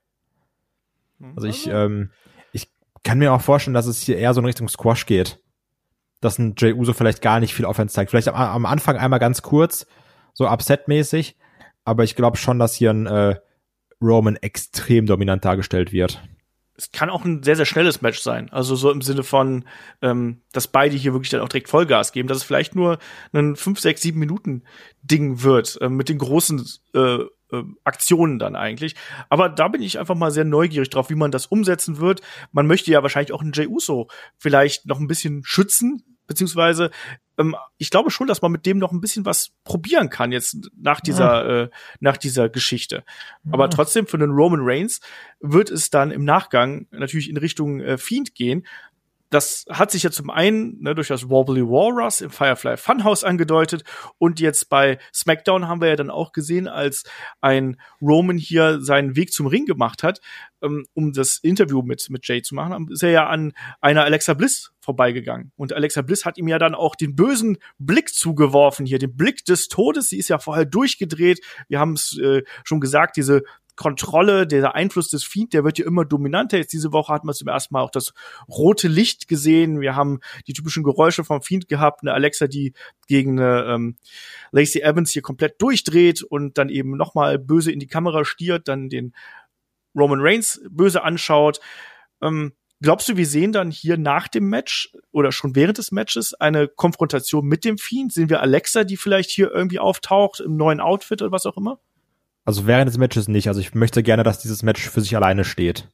Also ich, ähm, kann mir auch vorstellen, dass es hier eher so in Richtung Squash geht. Dass ein Jey Uso vielleicht gar nicht viel Offense zeigt. Vielleicht am, am Anfang einmal ganz kurz, so upset-mäßig. Aber ich glaube schon, dass hier ein äh, Roman extrem dominant dargestellt wird. Es kann auch ein sehr, sehr schnelles Match sein. Also so im Sinne von, ähm, dass beide hier wirklich dann auch direkt Vollgas geben. Dass es vielleicht nur ein fünf, sechs, sieben Minuten Ding wird. Äh, mit den großen äh, Aktionen dann eigentlich. Aber da bin ich einfach mal sehr neugierig drauf, wie man das umsetzen wird. Man möchte ja wahrscheinlich auch einen Jey Uso vielleicht noch ein bisschen schützen, beziehungsweise ähm, ich glaube schon, dass man mit dem noch ein bisschen was probieren kann jetzt nach dieser ja. äh, nach dieser Geschichte. Ja. Aber trotzdem für den Roman Reigns wird es dann im Nachgang natürlich in Richtung äh, Fiend gehen. Das hat sich ja zum einen ne, durch das Wobbly Walrus im Firefly Funhouse angedeutet und jetzt bei SmackDown haben wir ja dann auch gesehen, als ein Roman hier seinen Weg zum Ring gemacht hat, ähm, um das Interview mit mit Jay zu machen, ist er ja an einer Alexa Bliss vorbeigegangen. Und Alexa Bliss hat ihm ja dann auch den bösen Blick zugeworfen hier, den Blick des Todes. Sie ist ja vorher durchgedreht. Wir haben es äh, schon gesagt, diese Kontrolle, der Einfluss des Fiend, der wird ja immer dominanter. Jetzt diese Woche hat man zum ersten Mal auch das rote Licht gesehen. Wir haben die typischen Geräusche vom Fiend gehabt. Eine Alexa, die gegen eine ähm, Lacey Evans hier komplett durchdreht und dann eben nochmal böse in die Kamera stiert, dann den Roman Reigns böse anschaut. Ähm, glaubst du, wir sehen dann hier nach dem Match oder schon während des Matches eine Konfrontation mit dem Fiend? Sehen wir Alexa, die vielleicht hier irgendwie auftaucht im neuen Outfit oder was auch immer? Also während des Matches nicht. Also ich möchte gerne, dass dieses Match für sich alleine steht.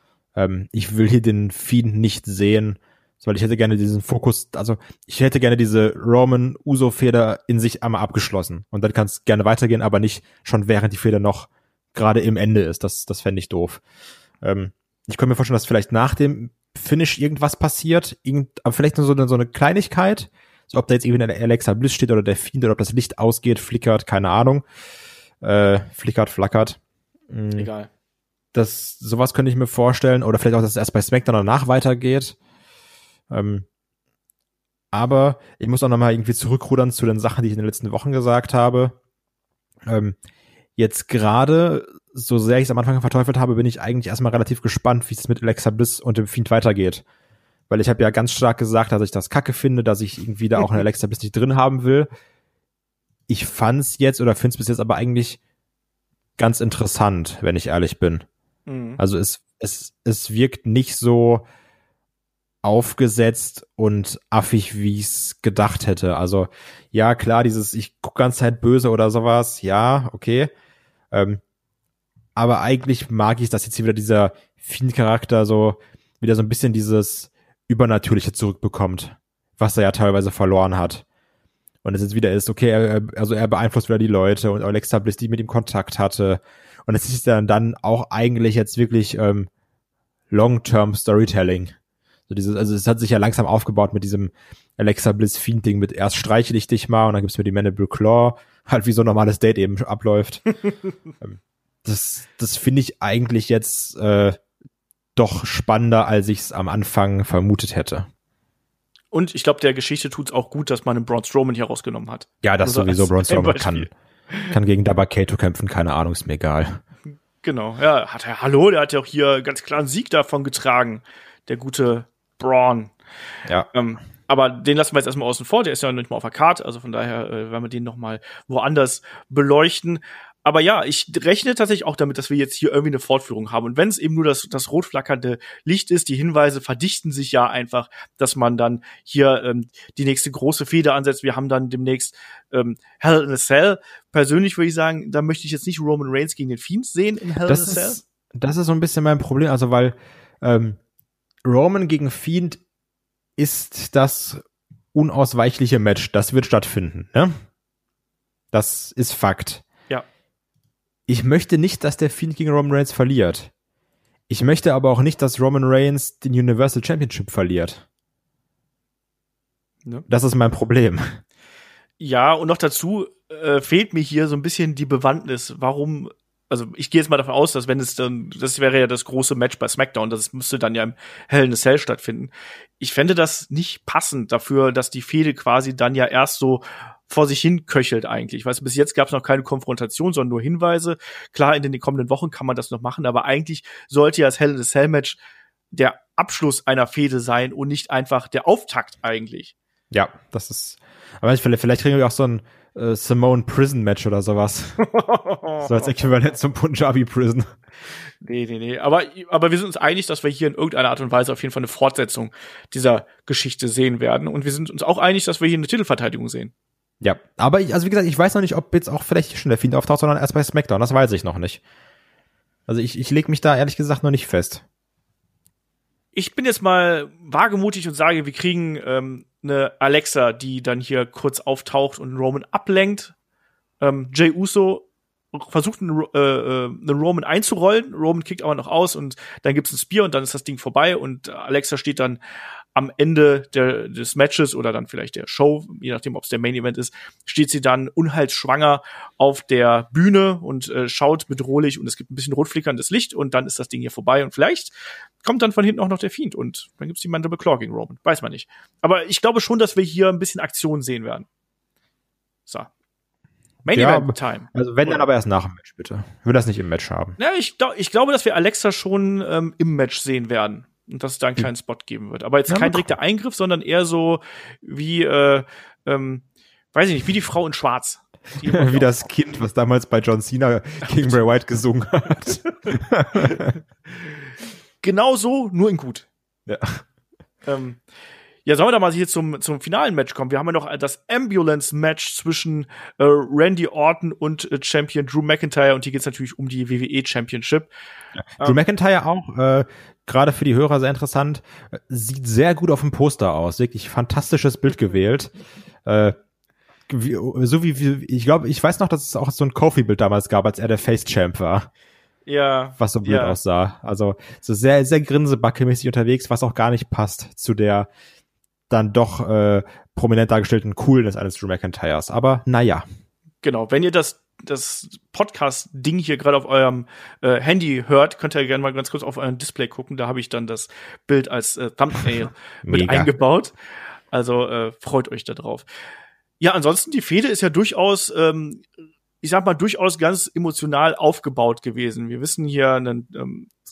Ähm, ich will hier den Fiend nicht sehen, weil ich hätte gerne diesen Fokus, also ich hätte gerne diese Roman-Uso-Feder in sich einmal abgeschlossen. Und dann kann es gerne weitergehen, aber nicht schon während die Feder noch gerade im Ende ist. Das, das fände ich doof. Ähm, ich könnte mir vorstellen, dass vielleicht nach dem Finish irgendwas passiert, irgend, aber vielleicht nur so eine, so eine Kleinigkeit. So ob da jetzt irgendwie eine Alexa Bliss steht oder der Fiend oder ob das Licht ausgeht, flickert, keine Ahnung. Äh, flickert, flackert. Mhm. Egal. Das, sowas könnte ich mir vorstellen. Oder vielleicht auch, dass es erst bei SmackDown danach weitergeht. Ähm, aber ich muss auch nochmal irgendwie zurückrudern zu den Sachen, die ich in den letzten Wochen gesagt habe. Ähm, jetzt gerade, so sehr ich es am Anfang verteufelt habe, bin ich eigentlich erstmal relativ gespannt, wie es mit Alexa Bliss und dem Fiend weitergeht. Weil ich habe ja ganz stark gesagt, dass ich das kacke finde, dass ich irgendwie da auch eine Alexa Bliss nicht drin haben will. Ich fand's jetzt oder find's bis jetzt aber eigentlich ganz interessant, wenn ich ehrlich bin. Mhm. Also es, es, es wirkt nicht so, aufgesetzt und affig, wie ich's gedacht hätte. Also, ja, klar, dieses, ich guck ganze Zeit böse oder sowas, ja, okay. Ähm, aber eigentlich mag ich, dass jetzt hier wieder dieser Fiend-Charakter so, wieder so ein bisschen dieses Übernatürliche zurückbekommt, was er ja teilweise verloren hat. Und es jetzt wieder ist, okay, er, also er beeinflusst wieder die Leute und Alexa Bliss, die mit ihm Kontakt hatte. Und es ist dann, dann auch eigentlich jetzt wirklich ähm, Long-Term Storytelling. So dieses, also es hat sich ja langsam aufgebaut mit diesem Alexa Bliss Fiend-Ding mit erst streichel ich dich mal und dann gibt's mir die Mandible Claw, halt wie so ein normales Date eben abläuft. das das finde ich eigentlich jetzt äh, doch spannender, als ich es am Anfang vermutet hätte. Und ich glaube, der Geschichte tut's auch gut, dass man einen Braun Strowman hier rausgenommen hat. Ja, das also sowieso. Braun Strowman kann, kann gegen Dabakato kämpfen, keine Ahnung, ist mir egal. Genau, ja, hat er, hallo, der hat ja auch hier ganz klar einen Sieg davon getragen, der gute Braun. Ja. Ähm, aber den lassen wir jetzt erstmal außen vor, der ist ja nicht mal auf der Karte, also von daher äh, werden wir den noch mal woanders beleuchten. Aber ja, ich rechne tatsächlich auch damit, dass wir jetzt hier irgendwie eine Fortführung haben. Und wenn es eben nur das, das rot flackernde Licht ist, die Hinweise verdichten sich ja einfach, dass man dann hier ähm, die nächste große Fehde ansetzt. Wir haben dann demnächst ähm, Hell in a Cell. Persönlich würde ich sagen, da möchte ich jetzt nicht Roman Reigns gegen den Fiend sehen in Hell das in a Cell. Ist, das ist so ein bisschen mein Problem, also weil ähm, Roman gegen Fiend ist das unausweichliche Match. Das wird stattfinden, ne? Das ist Fakt. Ja. Ich möchte nicht, dass der Fiend gegen Roman Reigns verliert. Ich möchte aber auch nicht, dass Roman Reigns den Universal Championship verliert. Ne? Das ist mein Problem. Ja, und noch dazu äh, fehlt mir hier so ein bisschen die Bewandtnis, warum, also ich gehe jetzt mal davon aus, dass wenn es dann, das wäre ja das große Match bei SmackDown, das müsste dann ja im Hell in a Cell stattfinden. Ich fände das nicht passend dafür, dass die Fehde quasi dann ja erst so vor sich hin köchelt eigentlich. Weißt du, bis jetzt gab es noch keine Konfrontation, sondern nur Hinweise. Klar, in den kommenden Wochen kann man das noch machen, aber eigentlich sollte ja das Hell in a Cell Match der Abschluss einer Fehde sein und nicht einfach der Auftakt eigentlich. Ja, das ist, aber vielleicht, vielleicht kriegen wir auch so ein äh, Simone Prison Match oder sowas. So als Äquivalent zum Punjabi Prison. Nee, nee, nee. Aber, aber wir sind uns einig, dass wir hier in irgendeiner Art und Weise auf jeden Fall eine Fortsetzung dieser Geschichte sehen werden. Und wir sind uns auch einig, dass wir hier eine Titelverteidigung sehen. Ja, aber ich, also wie gesagt, ich weiß noch nicht, ob jetzt auch vielleicht schon der Fiend auftaucht, sondern erst bei SmackDown. Das weiß ich noch nicht. Also ich, ich lege mich da ehrlich gesagt noch nicht fest. Ich bin jetzt mal wagemutig und sage, wir kriegen ähm, eine Alexa, die dann hier kurz auftaucht und Roman ablenkt. Ähm, Jey Uso versucht, einen, äh, einen Roman einzurollen. Roman kickt aber noch aus und dann gibt's ein Spear und dann ist das Ding vorbei und Alexa steht dann am Ende der, des Matches oder dann vielleicht der Show, je nachdem, ob es der Main Event ist, steht sie dann unheilsschwanger auf der Bühne und äh, schaut bedrohlich und es gibt ein bisschen rotflickerndes Licht und dann ist das Ding hier vorbei und vielleicht kommt dann von hinten auch noch der Fiend und dann gibt's die Mandible Claw gegen Roman. Weiß man nicht. Aber ich glaube schon, dass wir hier ein bisschen Aktion sehen werden. So. Main ja, Event Time. Also wenn, Oder? dann aber erst nach dem Match, bitte. Ich will das nicht im Match haben. Ja, ich, glaub, ich glaube, dass wir Alexa schon ähm, im Match sehen werden. Und dass es da einen kleinen Spot geben wird. Aber jetzt ja, kein direkter Eingriff, sondern eher so wie, äh, ähm, weiß ich nicht, wie die Frau in Schwarz. Wie das Kind, was damals bei John Cena gegen Bray Wyatt gesungen hat. Genau so, nur in gut. Ja. Ähm, ja, sollen wir da mal hier zum, zum finalen Match kommen? Wir haben ja noch das Ambulance-Match zwischen äh, Randy Orton und äh, Champion Drew McIntyre und hier geht's natürlich um die W W E Championship. Ja. Drew ähm, McIntyre auch, äh, gerade für die Hörer sehr interessant, sieht sehr gut auf dem Poster aus, wirklich fantastisches Bild gewählt. Äh, wie, so wie, wie ich glaube, ich weiß noch, dass es auch so ein Kofi-Bild damals gab, als er der Face-Champ war. Ja. Was so blöd ja. aussah. Also so sehr, sehr grinsebacke-mäßig unterwegs, was auch gar nicht passt zu der dann doch äh, prominent dargestellten Coolness eines Drew McIntyres. Aber naja. Genau, wenn ihr das das Podcast-Ding hier gerade auf eurem äh, Handy hört, könnt ihr gerne mal ganz kurz auf euren Display gucken. Da habe ich dann das Bild als äh, Thumbnail mit eingebaut. Also äh, freut euch da drauf. Ja, ansonsten, die Fehde ist ja durchaus, ähm, ich sag mal, durchaus ganz emotional aufgebaut gewesen. Wir wissen hier, einen, ähm, es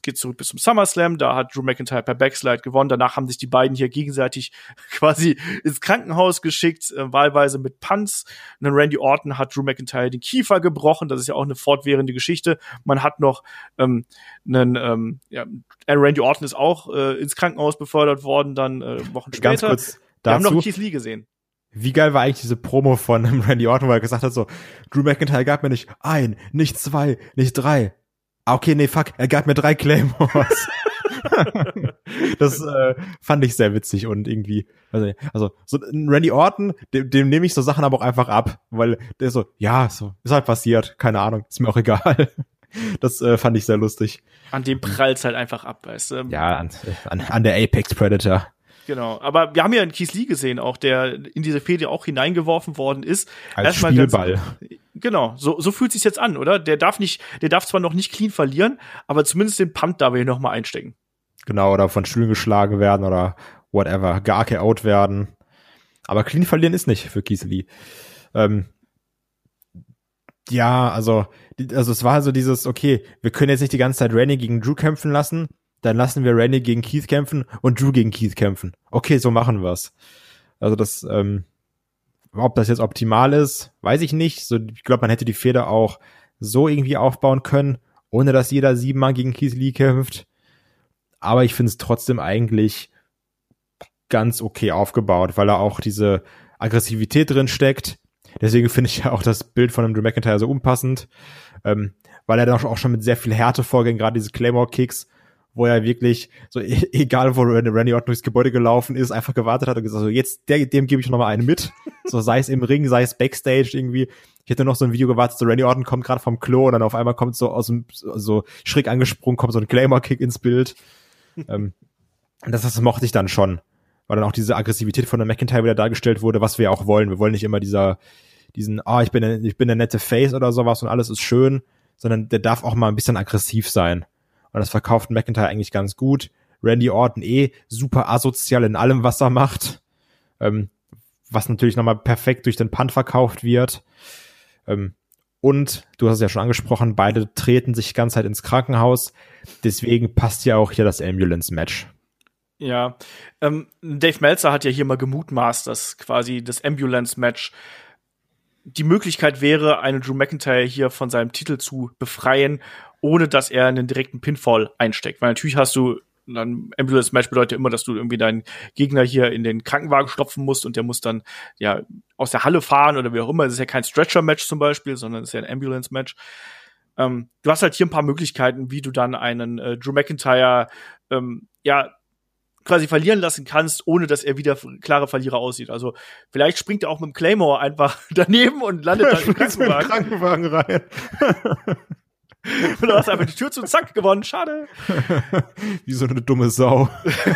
geht zurück bis zum SummerSlam, da hat Drew McIntyre per Backslide gewonnen, danach haben sich die beiden hier gegenseitig quasi ins Krankenhaus geschickt, äh, wahlweise mit Punts. Und dann Randy Orton hat Drew McIntyre den Kiefer gebrochen, das ist ja auch eine fortwährende Geschichte. Man hat noch ähm, einen, ähm, ja, Randy Orton ist auch äh, ins Krankenhaus befördert worden, dann äh, Wochen später. Ganz kurz Wir haben dazu. noch Keith Lee gesehen. Wie geil war eigentlich diese Promo von Randy Orton, wo er gesagt hat so, Drew McIntyre gab mir nicht ein, nicht zwei, nicht drei. Ah, okay, nee, fuck, er gab mir drei Claymores. Das äh, fand ich sehr witzig und irgendwie, also, also so Randy Orton, dem, dem nehme ich so Sachen aber auch einfach ab, weil der so, ja, so ist halt passiert, keine Ahnung, ist mir auch egal. Das äh, fand ich sehr lustig. An dem prallt's halt einfach ab, weißt du. Ja, an, an, an der Apex Predator. Genau, aber wir haben ja einen Keith Lee gesehen, auch der in diese Fehde auch hineingeworfen worden ist. Als Erstmal Spielball. Ganz, genau, so so fühlt sich's jetzt an, oder? Der darf nicht, der darf zwar noch nicht clean verlieren, aber zumindest den Punt darf er hier noch mal einstecken. Genau, oder von Stühlen geschlagen werden oder whatever, gar K O'd werden. Aber clean verlieren ist nicht für Keith Lee. Ähm, ja, also, also es war so dieses, okay, wir können jetzt nicht die ganze Zeit Randy gegen Drew kämpfen lassen, dann lassen wir Randy gegen Keith kämpfen und Drew gegen Keith kämpfen. Okay, so machen wir's. Also das, ähm, ob das jetzt optimal ist, weiß ich nicht. So, ich glaube, man hätte die Fehde auch so irgendwie aufbauen können, ohne dass jeder siebenmal gegen Keith Lee kämpft. Aber ich finde es trotzdem eigentlich ganz okay aufgebaut, weil da auch diese Aggressivität drin steckt. Deswegen finde ich ja auch das Bild von einem Drew McIntyre so unpassend, ähm, weil er da auch schon mit sehr viel Härte vorgeht, gerade diese Claymore-Kicks, wo er wirklich, so e- egal wo Randy Orton durchs Gebäude gelaufen ist, einfach gewartet hat und gesagt, so jetzt, der, dem gebe ich noch mal einen mit. So sei es im Ring, sei es Backstage irgendwie. Ich hätte noch so ein Video gewartet, so Randy Orton kommt gerade vom Klo und dann auf einmal kommt so aus dem, so schräg angesprungen, kommt so ein Claymore-Kick ins Bild. ähm, das, das mochte ich dann schon. Weil dann auch diese Aggressivität von der McIntyre wieder dargestellt wurde, was wir auch wollen. Wir wollen nicht immer dieser, diesen, ah, ich bin der, ich bin der nette Face oder sowas und alles ist schön, sondern der darf auch mal ein bisschen aggressiv sein. Und das verkauft McIntyre eigentlich ganz gut. Randy Orton eh super asozial in allem, was er macht. Ähm, was natürlich nochmal perfekt durch den Punt verkauft wird. Ähm, und, du hast es ja schon angesprochen, beide treten sich die ganze Zeit ins Krankenhaus. Deswegen passt ja auch hier das Ambulance-Match. Ja, ähm, Dave Meltzer hat ja hier mal gemutmaßt, dass quasi das Ambulance-Match die Möglichkeit wäre, einen Drew McIntyre hier von seinem Titel zu befreien, ohne dass er einen direkten Pinfall einsteckt. Weil natürlich hast du, ein Ambulance-Match bedeutet immer, dass du irgendwie deinen Gegner hier in den Krankenwagen stopfen musst und der muss dann ja aus der Halle fahren oder wie auch immer. Es ist ja kein Stretcher-Match zum Beispiel, sondern es ist ja ein Ambulance-Match. Ähm, du hast halt hier ein paar Möglichkeiten, wie du dann einen äh, Drew McIntyre ähm, ja quasi verlieren lassen kannst, ohne dass er wieder klare Verlierer aussieht. Also vielleicht springt er auch mit dem Claymore einfach daneben und landet dann im Krankenwagen. Krankenwagen rein. Und du hast einfach die Tür zu und zack, gewonnen. Schade. Wie so eine dumme Sau.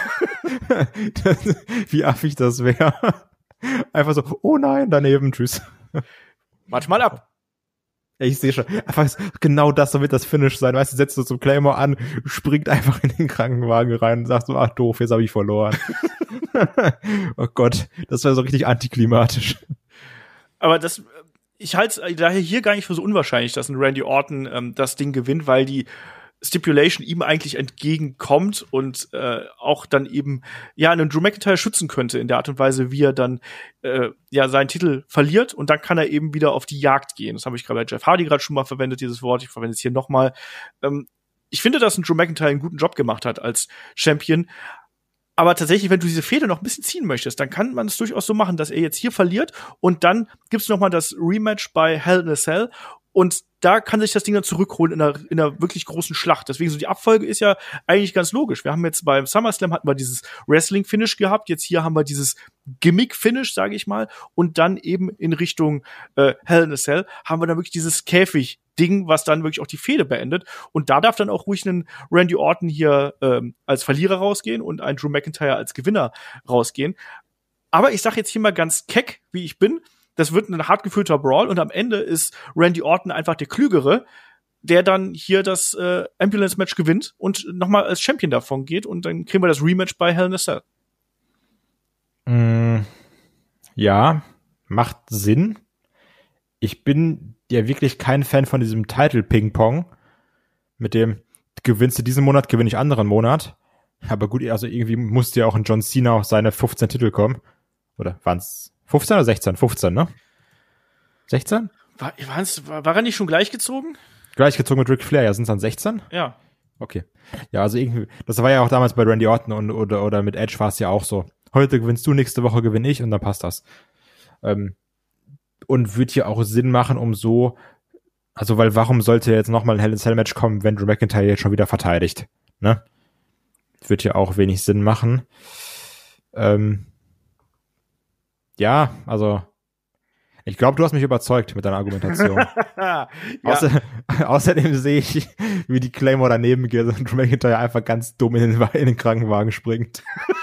Wie affig das wäre. Einfach so, oh nein, daneben, tschüss. Manchmal ab. Ich sehe schon, einfach genau das, so wird das Finish sein. Weißt du, setzt du zum Claymore an, springt einfach in den Krankenwagen rein und sagst so, ach doof, jetzt habe ich verloren. Oh Gott, das wäre so richtig antiklimatisch. Aber das, ich halte es daher hier gar nicht für so unwahrscheinlich, dass ein Randy Orton ähm, das Ding gewinnt, weil die Stipulation ihm eigentlich entgegenkommt und äh, auch dann eben ja einen Drew McIntyre schützen könnte in der Art und Weise, wie er dann äh, ja seinen Titel verliert und dann kann er eben wieder auf die Jagd gehen. Das habe ich gerade bei Jeff Hardy gerade schon mal verwendet, dieses Wort. Ich verwende es hier nochmal. Ähm, ich finde, dass ein Drew McIntyre einen guten Job gemacht hat als Champion. Aber tatsächlich, wenn du diese Fehde noch ein bisschen ziehen möchtest, dann kann man es durchaus so machen, dass er jetzt hier verliert und dann gibt's noch mal das Rematch bei Hell in a Cell und da kann sich das Ding dann zurückholen in einer, in einer wirklich großen Schlacht. Deswegen so die Abfolge ist ja eigentlich ganz logisch. Wir haben jetzt beim SummerSlam hatten wir dieses Wrestling-Finish gehabt, jetzt hier haben wir dieses Gimmick-Finish, sage ich mal, und dann eben in Richtung äh, Hell in a Cell haben wir dann wirklich dieses Käfig-Ding, was dann wirklich auch die Fehde beendet. Und da darf dann auch ruhig ein Randy Orton hier ähm, als Verlierer rausgehen und ein Drew McIntyre als Gewinner rausgehen. Aber ich sag jetzt hier mal ganz keck, wie ich bin, das wird ein hart geführter Brawl und am Ende ist Randy Orton einfach der Klügere, der dann hier das äh, Ambulance-Match gewinnt und nochmal als Champion davon geht und dann kriegen wir das Rematch bei Hell in a Cell. Mm, ja, macht Sinn. Ich bin ja wirklich kein Fan von diesem Title-Ping-Pong mit dem gewinnst du diesen Monat, gewinne ich anderen Monat. Aber gut, also irgendwie musste ja auch ein John Cena auf seine fünfzehn Titel kommen. Oder waren's fünfzehn oder sechzehn? fünfzehn, ne? sechzehn? War, waren's, war, war er nicht schon gleichgezogen? Gleichgezogen mit Ric Flair, ja, sind es dann sechzehn? Ja. Okay. Ja, also irgendwie, das war ja auch damals bei Randy Orton und oder, oder mit Edge war es ja auch so. Heute gewinnst du, nächste Woche gewinne ich und dann passt das. Ähm, und wird hier auch Sinn machen, um so, also weil warum sollte jetzt nochmal ein Hell in a Cell Match kommen, wenn Drew McIntyre jetzt schon wieder verteidigt, ne? Wird hier auch wenig Sinn machen. Ähm, ja, also ich glaube, du hast mich überzeugt mit deiner Argumentation. ja. Außer, außerdem sehe ich, wie die Claymore daneben geht und Drew McIntyre einfach ganz dumm in den, in den Krankenwagen springt.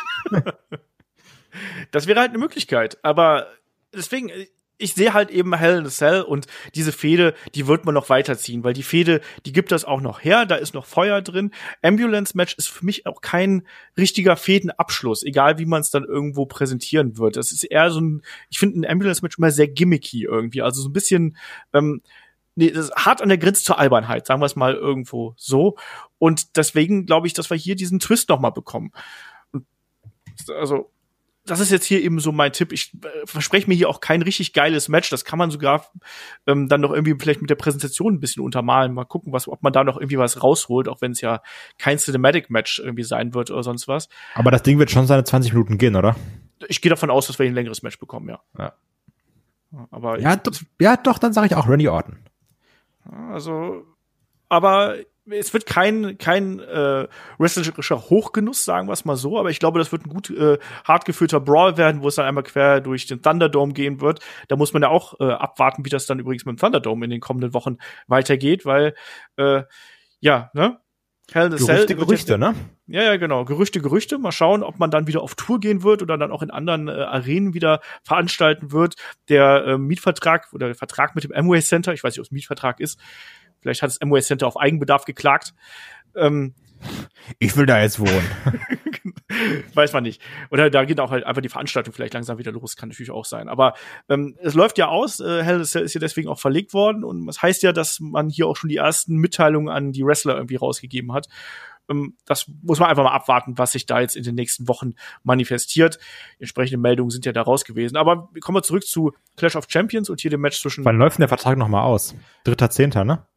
Das wäre halt eine Möglichkeit, aber deswegen, ich sehe halt eben Hell in a Cell und diese Fehde, die wird man noch weiterziehen, weil die Fehde, die gibt das auch noch her, da ist noch Feuer drin. Ambulance-Match ist für mich auch kein richtiger Fädenabschluss, egal wie man es dann irgendwo präsentieren wird. Das ist eher so ein, ich finde ein Ambulance-Match immer sehr gimmicky irgendwie, also so ein bisschen, ähm, nee, das ist hart an der Grenze zur Albernheit, sagen wir es mal irgendwo so. Und deswegen glaube ich, dass wir hier diesen Twist noch mal bekommen. Und also das ist jetzt hier eben so mein Tipp. Ich äh, verspreche mir hier auch kein richtig geiles Match. Das kann man sogar ähm, dann noch irgendwie vielleicht mit der Präsentation ein bisschen untermalen. Mal gucken, was, ob man da noch irgendwie was rausholt, auch wenn es ja kein Cinematic-Match irgendwie sein wird oder sonst was. Aber das Ding wird schon seine zwanzig Minuten gehen, oder? Ich gehe davon aus, dass wir ein längeres Match bekommen, ja. Ja. Aber ja, do, ja doch, dann sage ich auch Randy Orton. Also, aber es wird kein kein äh, wrestlerischer Hochgenuss, sagen wir es mal so, aber ich glaube, das wird ein gut äh, hart geführter Brawl werden, wo es dann einmal quer durch den Thunderdome gehen wird. Da muss man ja auch äh, abwarten, wie das dann übrigens mit dem Thunderdome in den kommenden Wochen weitergeht, weil äh, ja, ne? Hell in a Cell, Gerüchte, Gerüchte, ne? Ja, ja, genau. Gerüchte, Gerüchte. Mal schauen, ob man dann wieder auf Tour gehen wird oder dann auch in anderen äh, Arenen wieder veranstalten wird. Der äh, Mietvertrag oder der Vertrag mit dem Amway Center, ich weiß nicht, ob es ein Mietvertrag ist, vielleicht hat das Amway Center auf Eigenbedarf geklagt. Ähm, ich will da jetzt wohnen. Weiß man nicht. Oder da geht auch halt einfach die Veranstaltung vielleicht langsam wieder los, kann natürlich auch sein. Aber ähm, es läuft ja aus, äh, Hell in a Cell ist ja deswegen auch verlegt worden und das heißt ja, dass man hier auch schon die ersten Mitteilungen an die Wrestler irgendwie rausgegeben hat. Ähm, das muss man einfach mal abwarten, was sich da jetzt in den nächsten Wochen manifestiert. Entsprechende Meldungen sind ja da raus gewesen. Aber kommen wir zurück zu Clash of Champions und hier dem Match zwischen... Wann läuft denn der Vertrag nochmal aus? dritter Zehnter, ne?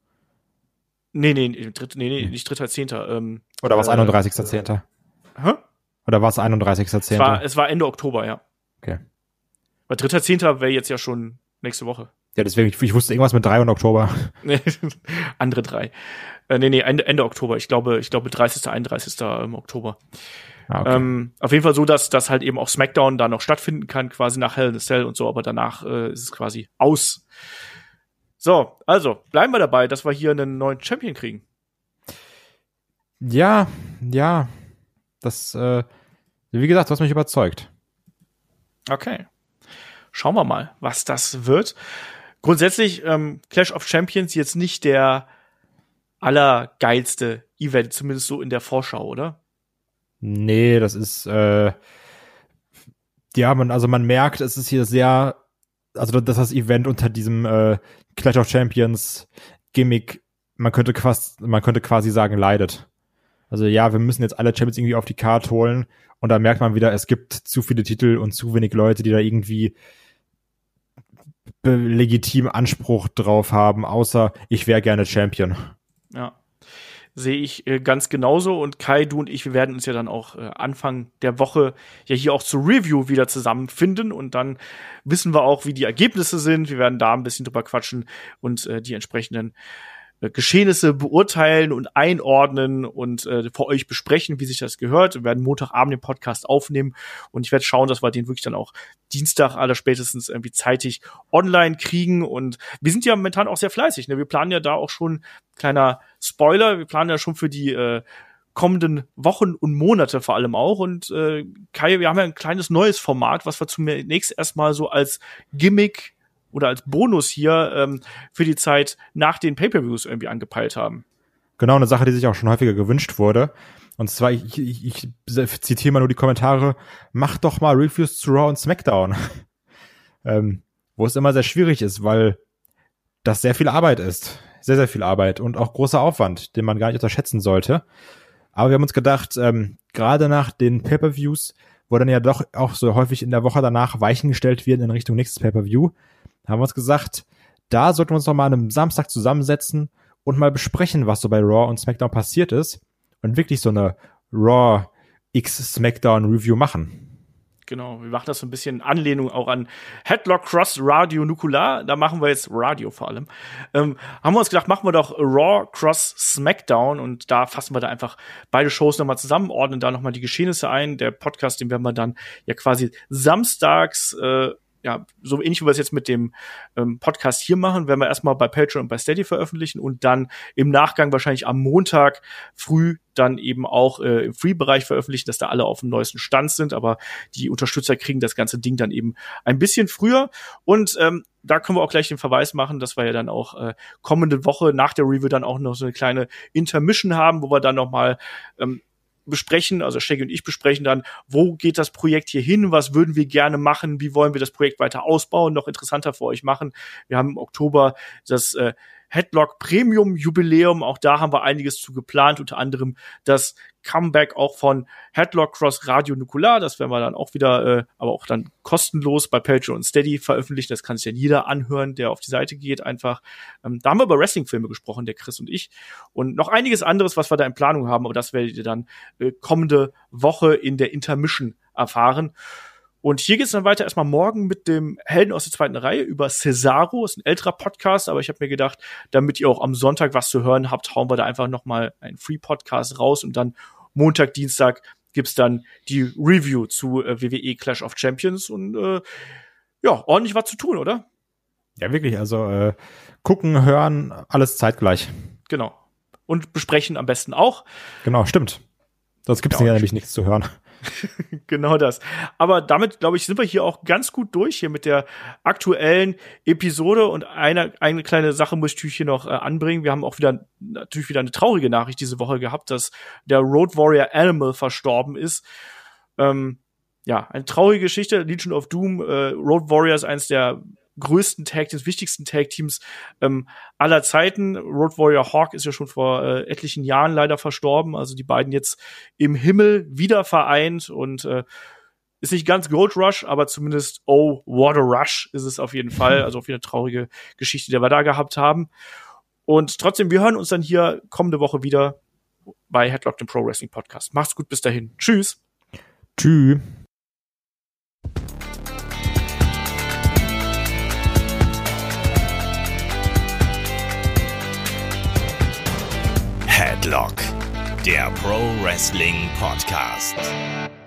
Nee, nee, dritt, nee, nee, nicht dritter Zehnter. Ähm, Oder war es äh, einunddreißigster Zehnter? Hä? Oder war es einunddreißigster Zehnter? Es war, es war Ende Oktober, ja. Okay. Weil dritter Zehnter wäre jetzt ja schon nächste Woche. Ja, deswegen, ich, ich wusste irgendwas mit drei und Oktober. Nee, andere drei. Äh, nee, nee, Ende, Ende Oktober. Ich glaube, ich glaube dreißigster, einunddreißigster im Oktober. Ah, okay. Ähm, auf jeden Fall so, dass das halt eben auch SmackDown da noch stattfinden kann, quasi nach Hell in a Cell und so, aber danach äh, ist es quasi aus. So, also, bleiben wir dabei, dass wir hier einen neuen Champion kriegen. Ja, ja. Das, äh, wie gesagt, du hast mich überzeugt. Okay. Schauen wir mal, was das wird. Grundsätzlich, ähm, Clash of Champions jetzt nicht der allergeilste Event, zumindest so in der Vorschau, oder? Nee, das ist, äh, ja, man, also man merkt, es ist hier sehr, also dass das Event unter diesem äh, Clash of Champions Gimmick, man könnte quasi, man könnte quasi sagen, leidet. Also ja, wir müssen jetzt alle Champions irgendwie auf die Card holen und da merkt man wieder, es gibt zu viele Titel und zu wenig Leute, die da irgendwie legitim Anspruch drauf haben, außer ich wäre gerne Champion. Ja, sehe ich äh, ganz genauso und Kai, du und ich, wir werden uns ja dann auch äh, Anfang der Woche ja hier auch zur Review wieder zusammenfinden und dann wissen wir auch, wie die Ergebnisse sind. Wir werden da ein bisschen drüber quatschen und äh, die entsprechenden Geschehnisse beurteilen und einordnen und äh, für euch besprechen, wie sich das gehört. Wir werden Montagabend den Podcast aufnehmen und ich werde schauen, dass wir den wirklich dann auch Dienstag aller spätestens irgendwie zeitig online kriegen und wir sind ja momentan auch sehr fleißig. Ne? Wir planen ja da auch schon, kleiner Spoiler, wir planen ja schon für die äh, kommenden Wochen und Monate vor allem auch und äh, Kai, wir haben ja ein kleines neues Format, was wir zunächst erstmal so als Gimmick oder als Bonus hier ähm, für die Zeit nach den Pay-Per-Views irgendwie angepeilt haben. Genau, eine Sache, die sich auch schon häufiger gewünscht wurde. Und zwar, ich, ich, ich zitiere mal nur die Kommentare, macht doch mal Reviews zu Raw und SmackDown. ähm, wo es immer sehr schwierig ist, weil das sehr viel Arbeit ist. sehr, sehr viel Arbeit und auch großer Aufwand, den man gar nicht unterschätzen sollte. Aber wir haben uns gedacht, ähm, gerade nach den Pay-Per-Views, wo dann ja doch auch so häufig in der Woche danach Weichen gestellt werden in Richtung nächstes Pay-Per-View, haben wir uns gesagt, da sollten wir uns noch mal an einem Samstag zusammensetzen und mal besprechen, was so bei Raw und SmackDown passiert ist und wirklich so eine Raw X SmackDown Review machen. Genau, wir machen das so ein bisschen in Anlehnung auch an Headlock Cross Radio Nukular. Da machen wir jetzt Radio vor allem. Ähm, haben wir uns gedacht, machen wir doch Raw Cross SmackDown und da fassen wir da einfach beide Shows nochmal zusammen, ordnen da nochmal die Geschehnisse ein. Der Podcast, den werden wir dann ja quasi samstags äh, ja, so ähnlich wie wir es jetzt mit dem ähm, Podcast hier machen, werden wir erstmal bei Patreon und bei Steady veröffentlichen und dann im Nachgang wahrscheinlich am Montag früh dann eben auch äh, im Free-Bereich veröffentlichen, dass da alle auf dem neuesten Stand sind, aber die Unterstützer kriegen das ganze Ding dann eben ein bisschen früher und ähm, da können wir auch gleich den Verweis machen, dass wir ja dann auch äh, kommende Woche nach der Review dann auch noch so eine kleine Intermission haben, wo wir dann noch mal ähm, besprechen, also Shaggy und ich besprechen dann, wo geht das Projekt hier hin, was würden wir gerne machen, wie wollen wir das Projekt weiter ausbauen, noch interessanter für euch machen. Wir haben im Oktober das äh, Headlock Premium Jubiläum, auch da haben wir einiges zu geplant, unter anderem das Comeback auch von Headlock Cross Radio Nukular, das werden wir dann auch wieder, äh, aber auch dann kostenlos bei Patreon und Steady veröffentlichen, das kann sich dann jeder anhören, der auf die Seite geht einfach. Ähm, da haben wir über Wrestling-Filme gesprochen, der Chris und ich und noch einiges anderes, was wir da in Planung haben, aber das werdet ihr dann äh, kommende Woche in der Intermission erfahren. Und hier geht's dann weiter erstmal morgen mit dem Helden aus der zweiten Reihe über Cesaro. Ist ein älterer Podcast, aber ich habe mir gedacht, damit ihr auch am Sonntag was zu hören habt, hauen wir da einfach noch mal einen Free-Podcast raus und dann Montag, Dienstag gibt's dann die Review zu äh, W W E Clash of Champions und äh, ja, ordentlich was zu tun, oder? Ja, wirklich, also äh, gucken, hören, alles zeitgleich. Genau. Und besprechen am besten auch. Genau, stimmt. Sonst gibt's Ja, ja nämlich nichts zu hören. Genau das. Aber damit, glaube ich, sind wir hier auch ganz gut durch hier mit der aktuellen Episode. Und eine, eine kleine Sache muss ich natürlich hier noch äh, anbringen. Wir haben auch wieder natürlich wieder eine traurige Nachricht diese Woche gehabt, dass der Road Warrior Animal verstorben ist. Ähm, ja, eine traurige Geschichte. Legion of Doom, äh, Road Warrior ist eines der größten Tag-Teams, wichtigsten Tag-Teams ähm, aller Zeiten. Road Warrior Hawk ist ja schon vor äh, etlichen Jahren leider verstorben. Also die beiden jetzt im Himmel wieder vereint und äh, ist nicht ganz Gold Rush, aber zumindest Oh, what a Rush ist es auf jeden Fall. Also auf jeden Fall eine traurige Geschichte, die wir da gehabt haben. Und trotzdem, wir hören uns dann hier kommende Woche wieder bei Headlock, dem Pro Wrestling Podcast. Macht's gut, bis dahin. Tschüss. Tschüss. Headlock, der Pro Wrestling Podcast.